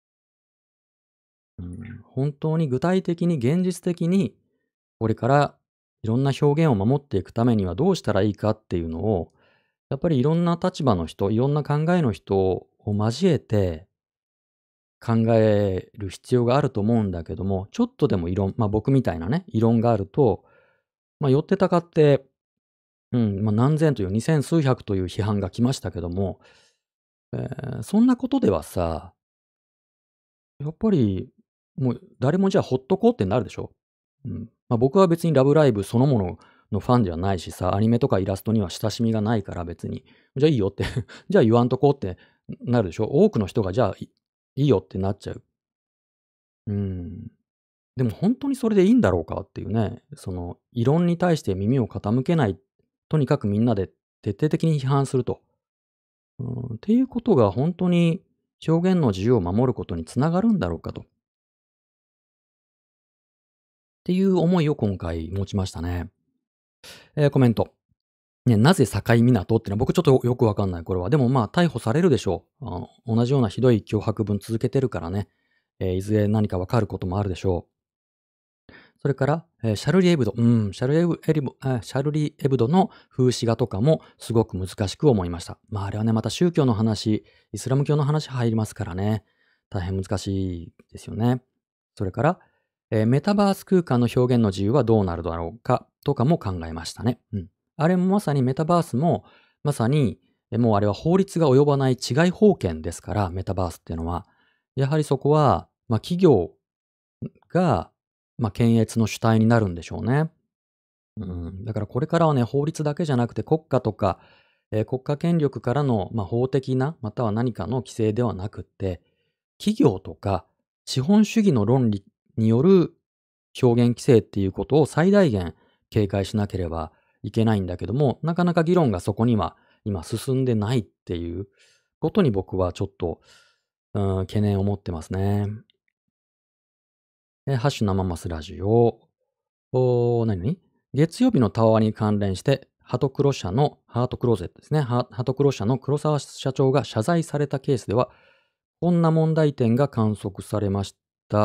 うん、本当に具体的に現実的に、これからいろんな表現を守っていくためにはどうしたらいいかっていうのを、やっぱりいろんな立場の人、いろんな考えの人を交えて考える必要があると思うんだけども、ちょっとでも異論、まあ僕みたいなね、異論があると、まあ寄ってたかって、うん、まあ何千という、二千数百という批判が来ましたけども、えーそんなことではさ、やっぱり、もう誰もじゃあほっとこうってなるでしょ。うん。まあ僕は別にラブライブそのもののファンじゃないしさ、アニメとかイラストには親しみがないから別に、じゃあいいよってじゃあ言わんとこうってなるでしょ。多くの人がじゃあいいいよってなっちゃう。うん。でも本当にそれでいいんだろうかっていうね、その異論に対して耳を傾けない、とにかくみんなで徹底的に批判すると。うん、っていうことが本当に表現の自由を守ることにつながるんだろうかと。っていう思いを今回持ちましたね。えーコメント。ね、なぜ境港っていうのは僕ちょっとよくわかんない、これは。でもまあ逮捕されるでしょう。あの同じようなひどい脅迫文続けてるからね。えーいずれ何かわかることもあるでしょう。それから、えーシャルリーエブド。うん、シャルエブエリボあシャルリーエブドの風刺画とかもすごく難しく思いました。まあ、あれはね、また宗教の話、イスラム教の話入りますからね、大変難しいですよね。それから、えーメタバース空間の表現の自由はどうなるだろうかとかも考えましたね。うん。あれもまさにメタバースも、まさに、えもうあれは法律が及ばない治外法権ですから、メタバースっていうのは。やはりそこは、まあ、企業が、まあ、検閲の主体になるんでしょうね。うん、だからこれからはね、法律だけじゃなくて国家とか、えー国家権力からの、まあ、法的な、または何かの規制ではなくって、企業とか資本主義の論理による表現規制っていうことを最大限警戒しなければいけないんだけども、なかなか議論がそこには今進んでないっていうことに僕はちょっと、うん、懸念を持ってますね。えーハッシュ生マスラジオ。おー、何々月曜日のたわわに関連して、ハトクロ社の、ハートクローゼットですね。ハハトクロ社の黒沢社長が謝罪されたケースでは、こんな問題点が観測されました。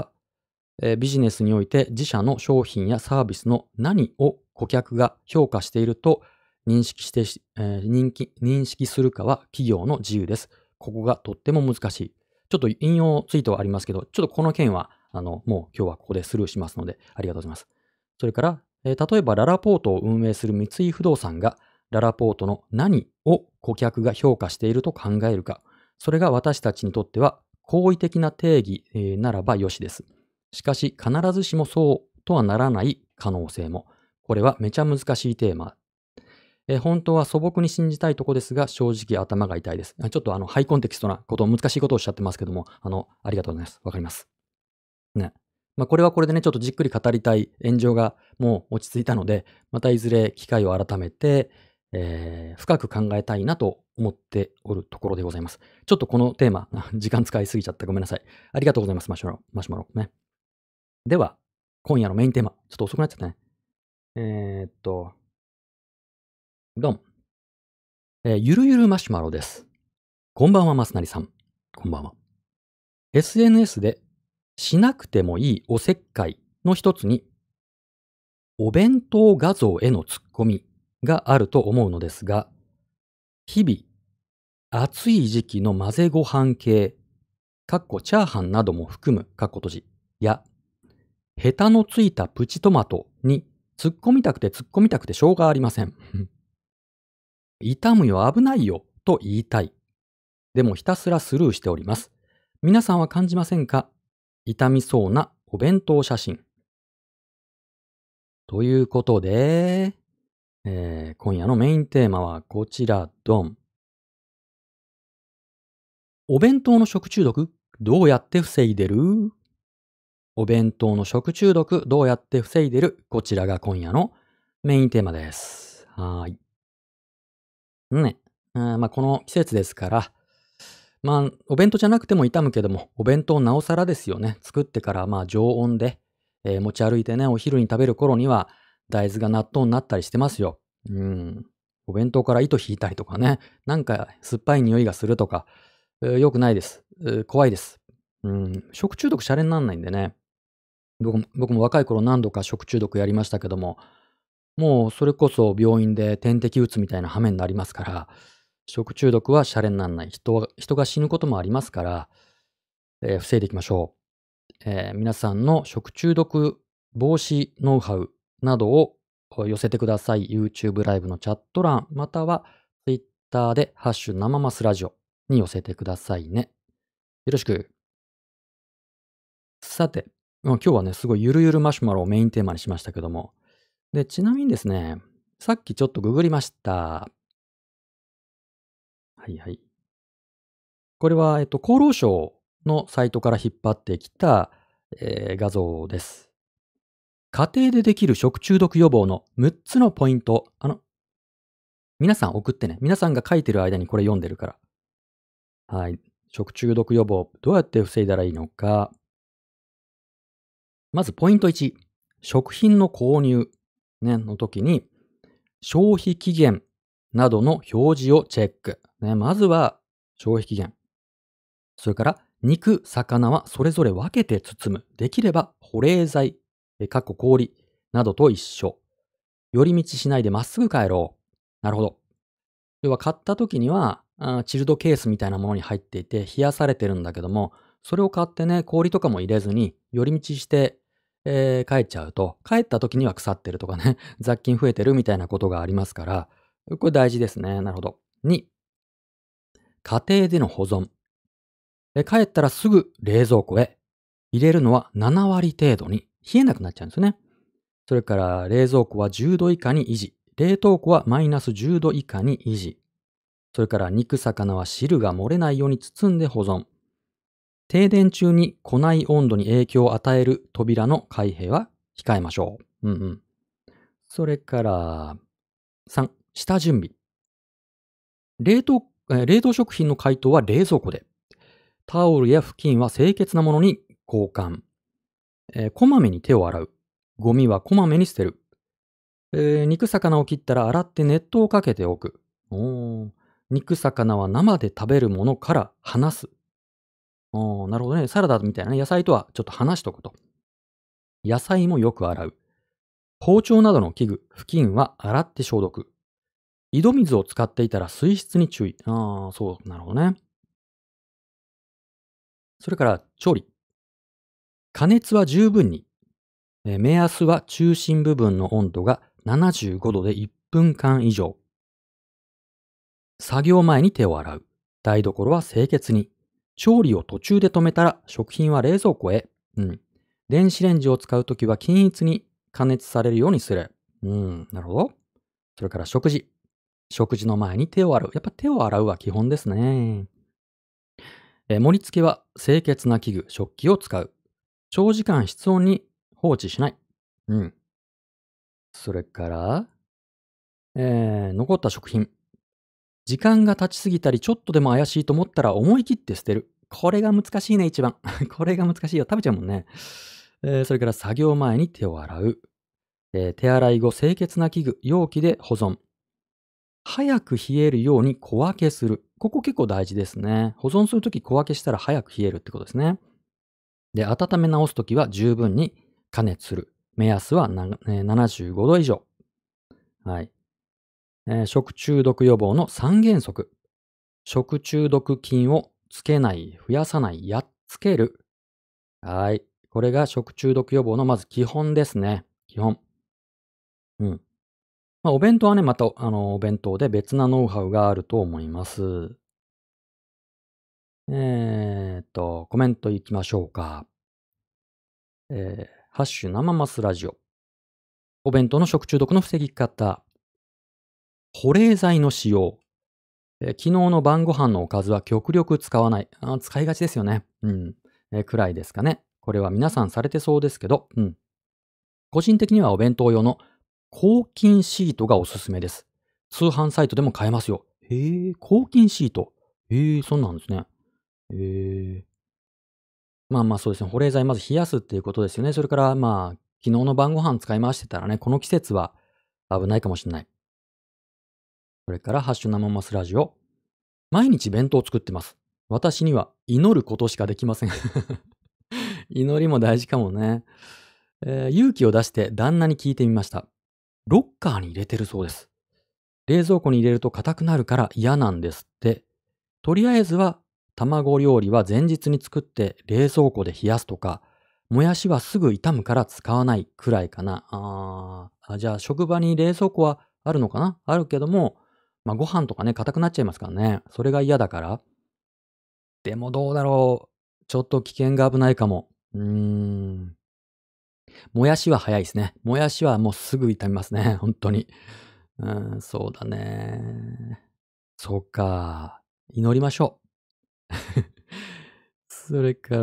えービジネスにおいて自社の商品やサービスの何を顧客が評価していると認識してし、えー人気認識するかは企業の自由です。ここがとっても難しい。ちょっと引用ツイートはありますけど、ちょっとこの件は、あの、もう今日はここでスルーしますので、ありがとうございます。それから、えー例えばララポートを運営する三井不動産が、ララポートの何を顧客が評価していると考えるか、それが私たちにとっては好意的な定義、えーならばよしです。しかし、必ずしもそうとはならない可能性も。これはめちゃ難しいテーマ。えー本当は素朴に信じたいとこですが、正直頭が痛いです。あちょっとあの、ハイコンテキストなこと、難しいことをおっしゃってますけども、あの、ありがとうございます。わかります。ね。まあ、これはこれでね、ちょっとじっくり語りたい炎上がもう落ち着いたので、またいずれ機会を改めて、えー深く考えたいなと思っておるところでございます。ちょっとこのテーマ、時間使いすぎちゃった。ごめんなさい。ありがとうございます、マシュマロ。マシュマロ。ね。では、今夜のメインテーマ。ちょっと遅くなっちゃったね。えーっと、ドン。えーゆるゆるマシュマロです。こんばんは、マスナリさん。こんばんは。エスエヌエス でしなくてもいいおせっかいの一つに、お弁当画像へのツッコミがあると思うのですが、日々、暑い時期の混ぜご飯系、かっこチャーハンなども含む、かっこ閉じ、や、ヘタのついたプチトマトに突っ込みたくて突っ込みたくてしょうがありません。傷むよ危ないよと言いたい。でもひたすらスルーしております。皆さんは感じませんか？傷みそうなお弁当写真。ということで、えー今夜のメインテーマはこちら、ドン。お弁当の食中毒、どうやって防いでる？お弁当の食中毒、どうやって防いでる？こちらが今夜のメインテーマです。はーい。ね。あまあ、この季節ですから、まあ、お弁当じゃなくても傷むけども、お弁当なおさらですよね。作ってからまあ常温で、えー持ち歩いてね、お昼に食べる頃には大豆が納豆になったりしてますよ。うん。お弁当から糸引いたりとかね、なんか酸っぱい匂いがするとか、えー良くないです。えー怖いです。うん。食中毒シャレになんないんでね。僕も僕も若い頃何度か食中毒やりましたけども、もうそれこそ病院で点滴打つみたいな羽目になりますから、食中毒はシャレになんない。人は人が死ぬこともありますから、えー防いでいきましょう。えー皆さんの食中毒防止ノウハウなどを寄せてください。YouTube ライブのチャット欄、または Twitter でハッシュ生マスラジオに寄せてくださいね。よろしく。さて、まあ今日はね、すごいゆるゆるマシュマロをメインテーマにしましたけども。で、ちなみにですね、さっきちょっとググりました。はいはい。これは、えっと、厚労省のサイトから引っ張ってきた、えー画像です。家庭でできる食中毒予防のむっつのポイント。あの、皆さん送ってね。皆さんが書いてる間にこれ読んでるから。はい。食中毒予防、どうやって防いだらいいのか。まずポイントいち。食品の購入、ね、の時に、消費期限などの表示をチェック。ね、まずは消費期限。それから肉、魚はそれぞれ分けて包む。できれば保冷剤、えかっこ氷などと一緒。寄り道しないでまっすぐ帰ろう。なるほど。要は買った時には、あチルドケースみたいなものに入っていて冷やされてるんだけども、それを買ってね、氷とかも入れずに寄り道して、えー帰っちゃうと、帰った時には腐ってるとかね、雑菌増えてるみたいなことがありますから、これ大事ですね。なるほど。に、家庭での保存。え帰ったらすぐ冷蔵庫へ。入れるのはなな割程度に冷えなくなっちゃうんですよね。それから冷蔵庫はじゅうど以下に維持。冷凍庫はマイナスじゅうど以下に維持。それから肉魚は汁が漏れないように包んで保存。停電中に庫内温度に影響を与える扉の開閉は控えましょう。うんうん。それからさん、下準備。冷凍、えー冷凍食品の解凍は冷蔵庫で。タオルや布巾は清潔なものに交換。えーこまめに手を洗う。ゴミはこまめに捨てる。えー肉魚を切ったら洗って熱湯をかけておく。おー肉魚は生で食べるものから離す。おーなるほどね。サラダみたいなね、野菜とはちょっと離しとくと。野菜もよく洗う。包丁などの器具、布巾は洗って消毒。井戸水を使っていたら水質に注意。ああ、そう、なるほどね。それから調理。加熱は十分に。えー目安は中心部分の温度がななじゅうごどでいっぷんかん以上。作業前に手を洗う。台所は清潔に。調理を途中で止めたら食品は冷蔵庫へ。うん。電子レンジを使うときは均一に加熱されるようにする。うん、なるほど。それから食事。食事の前に手を洗う。やっぱ手を洗うは基本ですね。えー盛り付けは清潔な器具、食器を使う。長時間室温に放置しない。うん。それから、えー残った食品。時間が経ちすぎたり、ちょっとでも怪しいと思ったら思い切って捨てる。これが難しいね、一番。これが難しいよ。食べちゃうもんね。えーそれから作業前に手を洗う。えー手洗い後、清潔な器具、容器で保存。早く冷えるように小分けする。ここ結構大事ですね。保存するとき小分けしたら早く冷えるってことですね。 で、温め直すときは十分に加熱する。目安はなえーななじゅうごど以上。はい。えー食中毒予防のさん原則。食中毒菌をつけない、増やさない、やっつける。はい。これが食中毒予防のまず基本ですね。基本。うん。まあ、お弁当はね、また、あの、お弁当で別なノウハウがあると思います。えーっと、コメントいきましょうか。えー、ハッシュ生マスラジオ。お弁当の食中毒の防ぎ方。保冷剤の使用。えー昨日の晩ご飯のおかずは極力使わない。あー使いがちですよね。うん。えーくらいですかね。これは皆さんされてそうですけど、うん。個人的にはお弁当用の抗菌シートがおすすめです。通販サイトでも買えますよ。へえ、抗菌シート。へえ、そうなんですね。へえ。まあまあそうですね。保冷剤まず冷やすっていうことですよね。それからまあ、昨日の晩ご飯使い回してたらね、この季節は危ないかもしれない。それから、ハッシュ生マスラジオ。毎日弁当を作ってます。私には祈ることしかできません。祈りも大事かもね。えー勇気を出して旦那に聞いてみました。ロッカーに入れてるそうです。冷蔵庫に入れると硬くなるから嫌なんですって。とりあえずは卵料理は前日に作って冷蔵庫で冷やすとか、もやしはすぐ傷むから使わないくらいかな。あーあ、じゃあ職場に冷蔵庫はあるのかな、あるけども、まあご飯とかね、硬くなっちゃいますからね。それが嫌だから。でもどうだろう。ちょっと危険が危ないかも。うーん。もやしは早いですね。もやしはもうすぐ傷みますね。本当に。うん、そうだね。そうか。祈りましょう。それから、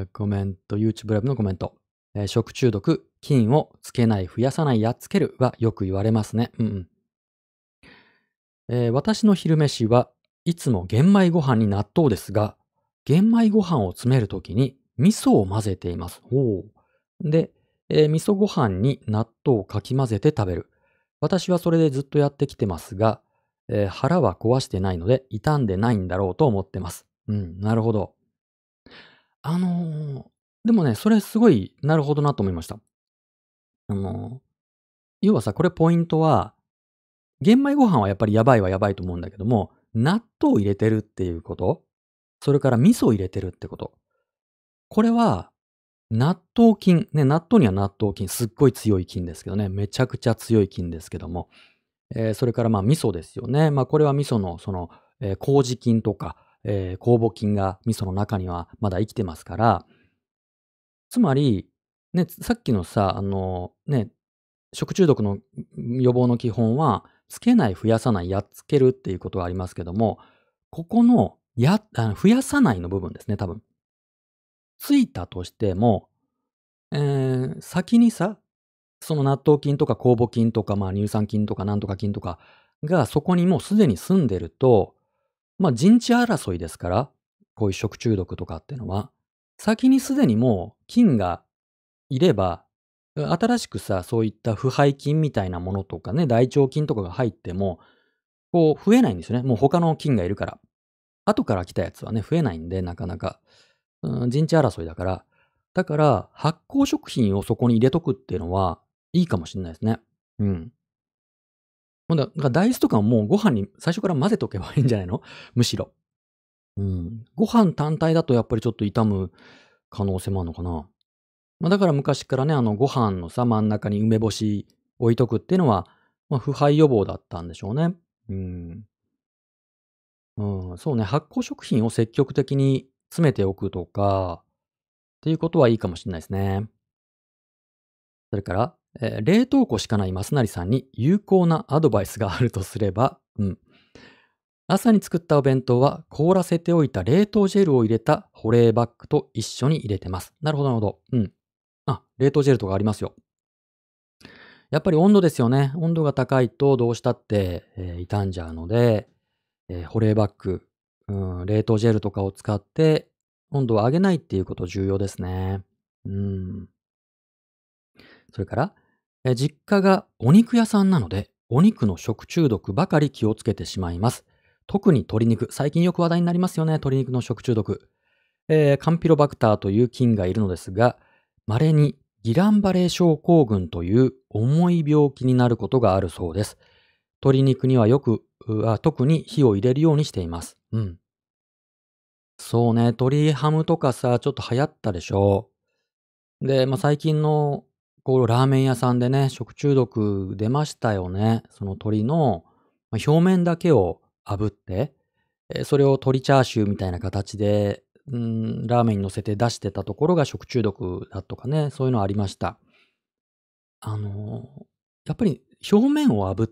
コメント、YouTube ライブのコメント。えー食中毒、菌をつけない、増やさない、やっつけるはよく言われますね。うんうん。えー私の昼飯はいつも玄米ご飯に納豆ですが、玄米ご飯を詰めるときに味噌を混ぜています。ほう。で、えー味噌ご飯に納豆をかき混ぜて食べる。私はそれでずっとやってきてますが、えー腹は壊してないので傷んでないんだろうと思ってます。うん、なるほど。あのーでもね、それすごいなるほどなと思いました。あのー要はさ、これポイントは、玄米ご飯はやっぱりやばいはやばいと思うんだけども、納豆を入れてるっていうこと、それから味噌を入れてるってこと。これは、納豆菌、ね、納豆には納豆菌、すっごい強い菌ですけどね、めちゃくちゃ強い菌ですけども、えーそれからまあ味噌ですよね。まあこれは味噌のその、えー麹菌とか、えー酵母菌が味噌の中にはまだ生きてますから、つまり、ね、さっきのさ、あの、ね、食中毒の予防の基本は、つけない、増やさない、やっつけるっていうことがありますけども、ここの、や、あ増やさないの部分ですね、多分。ついたとしても、えー先にさ、その納豆菌とか酵母菌とか、まあ乳酸菌とかなんとか菌とかがそこにもうすでに住んでると、まあ陣地争いですから、こういう食中毒とかっていうのは、先にすでにもう菌がいれば、新しくさ、そういった腐敗菌みたいなものとかね、大腸菌とかが入っても、こう増えないんですよね。もう他の菌がいるから。後から来たやつはね、増えないんで、なかなか。うん、陣地争いだから。だから、発酵食品をそこに入れとくっていうのは、いいかもしれないですね。うん。ほんだだから大豆とかももうご飯に最初から混ぜとけばいいんじゃないのむしろ。うん。ご飯単体だとやっぱりちょっと傷む可能性もあるのかな。まあ、だから昔からね、あの、ご飯のさ、真ん中に梅干し置いとくっていうのは、まあ、腐敗予防だったんでしょうね。うん。うん、そうね、発酵食品を積極的に詰めておくとか、っていうことはいいかもしれないですね。それから、えー冷凍庫しかない増成さんに有効なアドバイスがあるとすれば、うん。朝に作ったお弁当は凍らせておいた冷凍ジェルを入れた保冷バッグと一緒に入れてます。なるほど、なるほど。うん。あ、冷凍ジェルとかありますよ。やっぱり温度ですよね。温度が高いとどうしたって、えー傷んじゃうので、えー保冷バッグ、うん、冷凍ジェルとかを使って温度を上げないっていうこと重要ですね。うん。それから、えー実家がお肉屋さんなので、お肉の食中毒ばかり気をつけてしまいます。特に鶏肉。最近よく話題になりますよね。鶏肉の食中毒。 えーカンピロバクターという菌がいるのですが、稀にギランバレー症候群という重い病気になることがあるそうです。鶏肉にはよく、うあ特に火を入れるようにしています。うん。そうね、鶏ハムとかさ、ちょっと流行ったでしょ。で、まあ、最近の、こう、ラーメン屋さんでね、食中毒出ましたよね。その鶏の、まあ、表面だけを炙って、え、それを鶏チャーシューみたいな形で、うーん、ラーメンに乗せて出してたところが食中毒だとかね、そういうのありました。あの、やっぱり表面を炙って、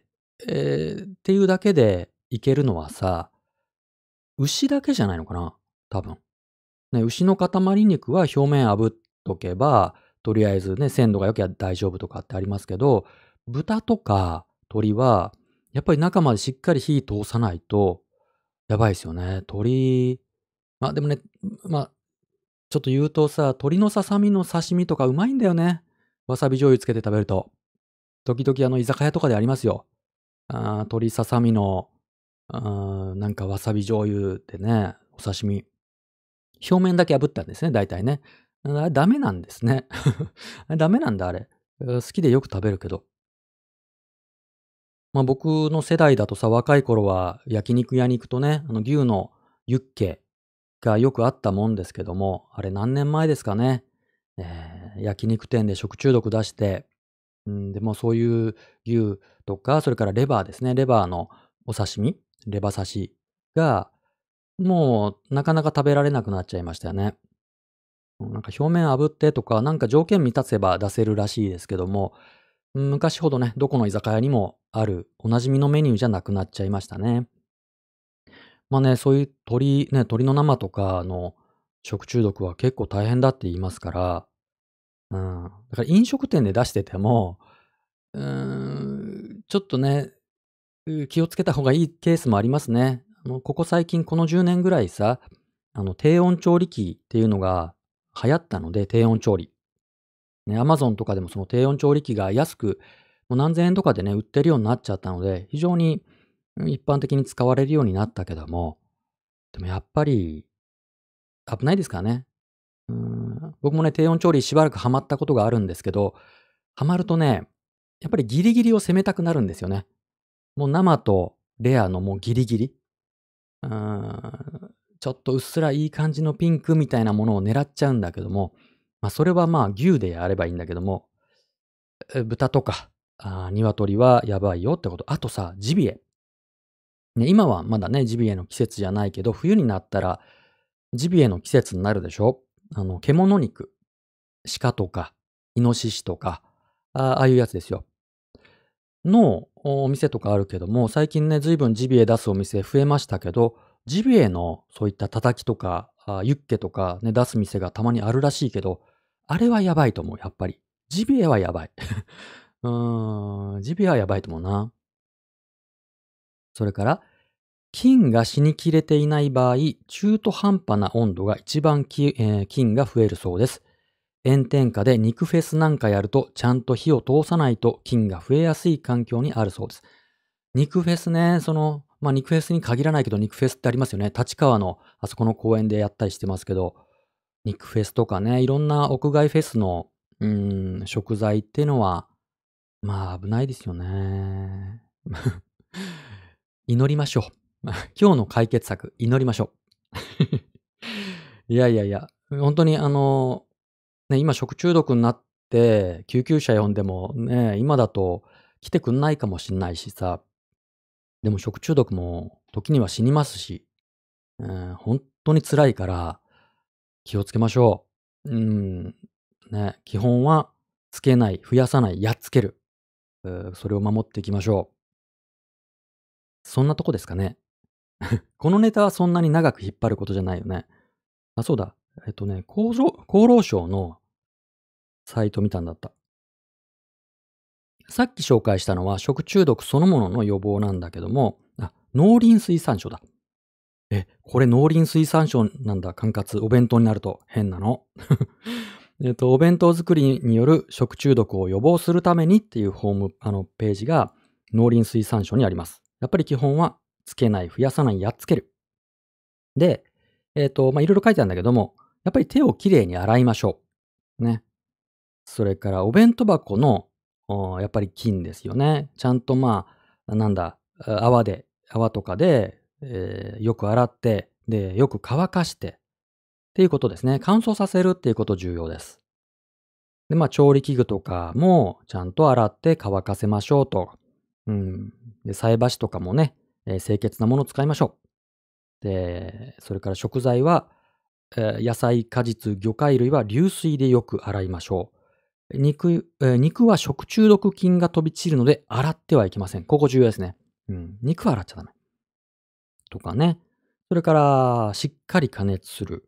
ええ、っていうだけでいけるのはさ、牛だけじゃないのかな、多分。ね、牛の塊肉は表面炙っとけば、とりあえずね、鮮度が良ければ大丈夫とかってありますけど、豚とか鶏は、やっぱり中までしっかり火通さないとやばいですよね。鶏、ま、でもね、ま、ちょっと言うとさ、鶏のささみの刺身とかうまいんだよね。わさび醤油つけて食べると。時々あの居酒屋とかでありますよ。ああ、鶏ささみの、あーなんかわさび醤油でね、お刺身。表面だけ炙ったんですね、大体ね。あれダメなんですね。あれダメなんだ、あれ。えー好きでよく食べるけど。ま、僕の世代だとさ、若い頃は焼肉屋に行くとね、あの牛のユッケがよくあったもんですけども、あれ何年前ですかね。えー焼肉店で食中毒出して、うん、で、もそういう牛とか、それからレバーですね。レバーのお刺身、レバ刺しが、もうなかなか食べられなくなっちゃいましたよね。うん、なんか表面炙ってとか、なんか条件満たせば出せるらしいですけども、うん、昔ほどね、どこの居酒屋にもあるおなじみのメニューじゃなくなっちゃいましたね。まあね、そういう鶏ね、鶏の生とかの食中毒は結構大変だって言いますから、うん。だから飲食店で出してても、うーん、ちょっとね、う気をつけた方がいいケースもありますね。あの、ここ最近このじゅうねんぐらいさ、あの、低温調理器っていうのが流行ったので、低温調理。ね、アマゾンとかでもその低温調理器が安く、もう何千円とかでね、売ってるようになっちゃったので、非常に、うん、一般的に使われるようになったけども、でもやっぱり危ないですからね。うーん、僕もね、低温調理しばらくハマったことがあるんですけど、ハマるとね、やっぱりギリギリを攻めたくなるんですよね。もう生とレアのもうギリギリ。うーん、ちょっとうっすらいい感じのピンクみたいなものを狙っちゃうんだけども、ま、それはまあ牛でやればいいんだけども、え、豚とか、ああ、鶏はやばいよってこと。あとさ、ジビエ。ね、今はまだね、ジビエの季節じゃないけど、冬になったらジビエの季節になるでしょ。あの、獣肉、鹿とか、イノシシとか、あああいうやつですよ。のお店とかあるけども、最近ね、随分ジビエ出すお店増えましたけど、ジビエのそういったたたきとか、あ、ユッケとかね、出す店がたまにあるらしいけど、あれはやばいと思う、やっぱり。ジビエはやばい。うーん、ジビエはやばいと思うな。それから、菌が死にきれていない場合、中途半端な温度が一番き、えー菌が増えるそうです。炎天下で肉フェスなんかやると、ちゃんと火を通さないと菌が増えやすい環境にあるそうです。肉フェスね、その、ま、肉フェスに限らないけど、肉フェスってありますよね。立川のあそこの公園でやったりしてますけど、肉フェスとかね、いろんな屋外フェスの、うーん、食材っていうのは、まあ、危ないですよね。祈りましょう。今日の解決策、祈りましょう。いやいやいや、ほんとにあの、ね、今食中毒になって、救急車呼んでもね、今だと来てくんないかもしんないしさ、でも食中毒も時には死にますし、うん、ほんとに辛いから気をつけましょう。うん、ね、基本はつけない、増やさない、やっつける。うーそれを守っていきましょう。そんなとこですかね。このネタはそんなに長く引っ張ることじゃないよね。あ、そうだ。えっとね、厚労厚労省のサイト見たんだった。さっき紹介したのは食中毒そのものの予防なんだけども、あ、農林水産省だ。え、これ農林水産省なんだ、管轄。お弁当になると変なの。えっと、お弁当作りによる食中毒を予防するためにっていうホーム、あの、ページが農林水産省にあります。やっぱり基本はつけない、増やさない、やっつける。で、 えっと、まあ、いろいろ書いてあるんだけども、やっぱり手をきれいに洗いましょう。ね。それからお弁当箱の、おやっぱり菌ですよね。ちゃんとまあ、なんだ、あ泡で泡とかで、えーよく洗って、で、よく乾かしてっていうことですね。乾燥させるっていうこと重要です。で、まあ、調理器具とかもちゃんと洗って乾かせましょうと。うん。で、菜箸とかもね、えー清潔なものを使いましょう。で、それから食材は、えー野菜、果実、魚介類は流水でよく洗いましょう。肉、えー肉は食中毒菌が飛び散るので洗ってはいけません。ここ重要ですね。うん。肉は洗っちゃダメ。とかね。それから、しっかり加熱する。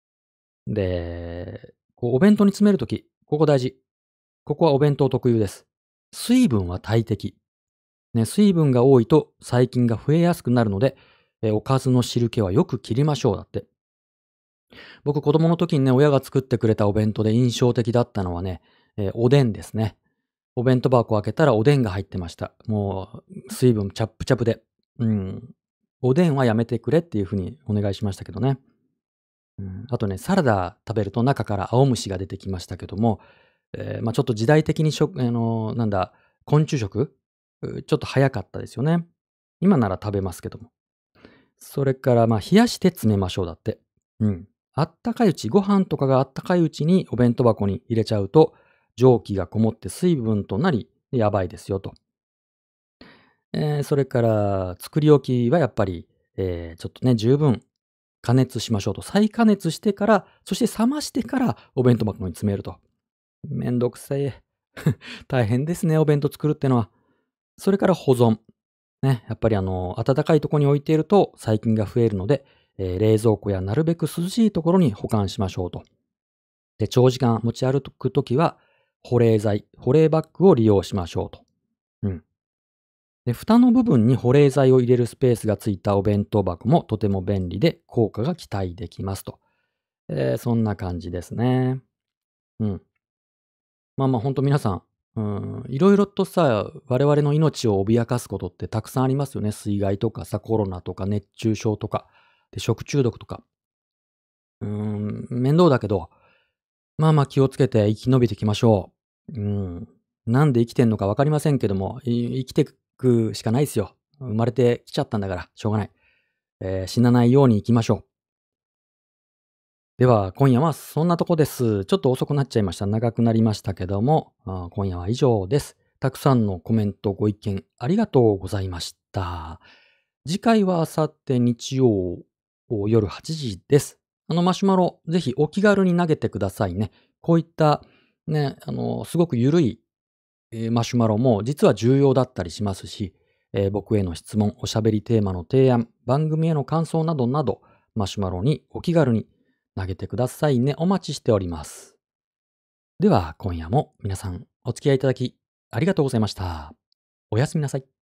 で、こうお弁当に詰めるとき、ここ大事。ここはお弁当特有です。水分は大敵。ね、水分が多いと細菌が増えやすくなるので、えーおかずの汁気はよく切りましょう。だって。僕、子供の時にね、親が作ってくれたお弁当で印象的だったのはね、えーおでんですね。お弁当箱を開けたらおでんが入ってました。もう、水分チャップチャプで。うん。おでんはやめてくれっていうふうにお願いしましたけどね。うん、あとね、サラダ食べると中から青虫が出てきましたけども、えーまあ、ちょっと時代的にしょあの、なんだ、昆虫食、うちょっと早かったですよね。今なら食べますけども。それから、ま、冷やして詰めましょうだって。うん。あったかいうち、ご飯とかがあったかいうちにお弁当箱に入れちゃうと、蒸気がこもって水分となり、やばいですよと。えーそれから作り置きはやっぱり、えーちょっとね、十分加熱しましょうと。再加熱してから、そして冷ましてからお弁当箱に詰めると。めんどくせえ。大変ですね、お弁当作るってのは。それから保存。ね、やっぱりあの、暖かいところに置いていると細菌が増えるので、えー冷蔵庫やなるべく涼しいところに保管しましょうと。で、長時間持ち歩くときは、保冷剤、保冷バッグを利用しましょうと。うん。で、蓋の部分に保冷剤を入れるスペースがついたお弁当箱もとても便利で効果が期待できますと。えーそんな感じですね。うん。まあまあ本当皆さん、うん、いろいろとさ、我々の命を脅かすことってたくさんありますよね。水害とかさ、コロナとか熱中症とか、で食中毒とか。うーん、面倒だけど、まあまあ気をつけて生き延びていきましょう。うん。なんで生きてんのかわかりませんけども、い生きてくしかないですよ。生まれてきちゃったんだから、しょうがない。えー死なないように生きましょう。では、今夜はそんなとこです。ちょっと遅くなっちゃいました。長くなりましたけども、あー今夜は以上です。たくさんのコメント、ご意見ありがとうございました。次回はあさって日曜夜はちじです。あのマシュマロ、ぜひお気軽に投げてくださいね。こういったね、あの、すごく緩いえーマシュマロも実は重要だったりしますし、えー僕への質問、おしゃべりテーマの提案、番組への感想などなど、マシュマロにお気軽に投げてくださいね。お待ちしております。では、今夜も皆さんお付き合いいただきありがとうございました。おやすみなさい。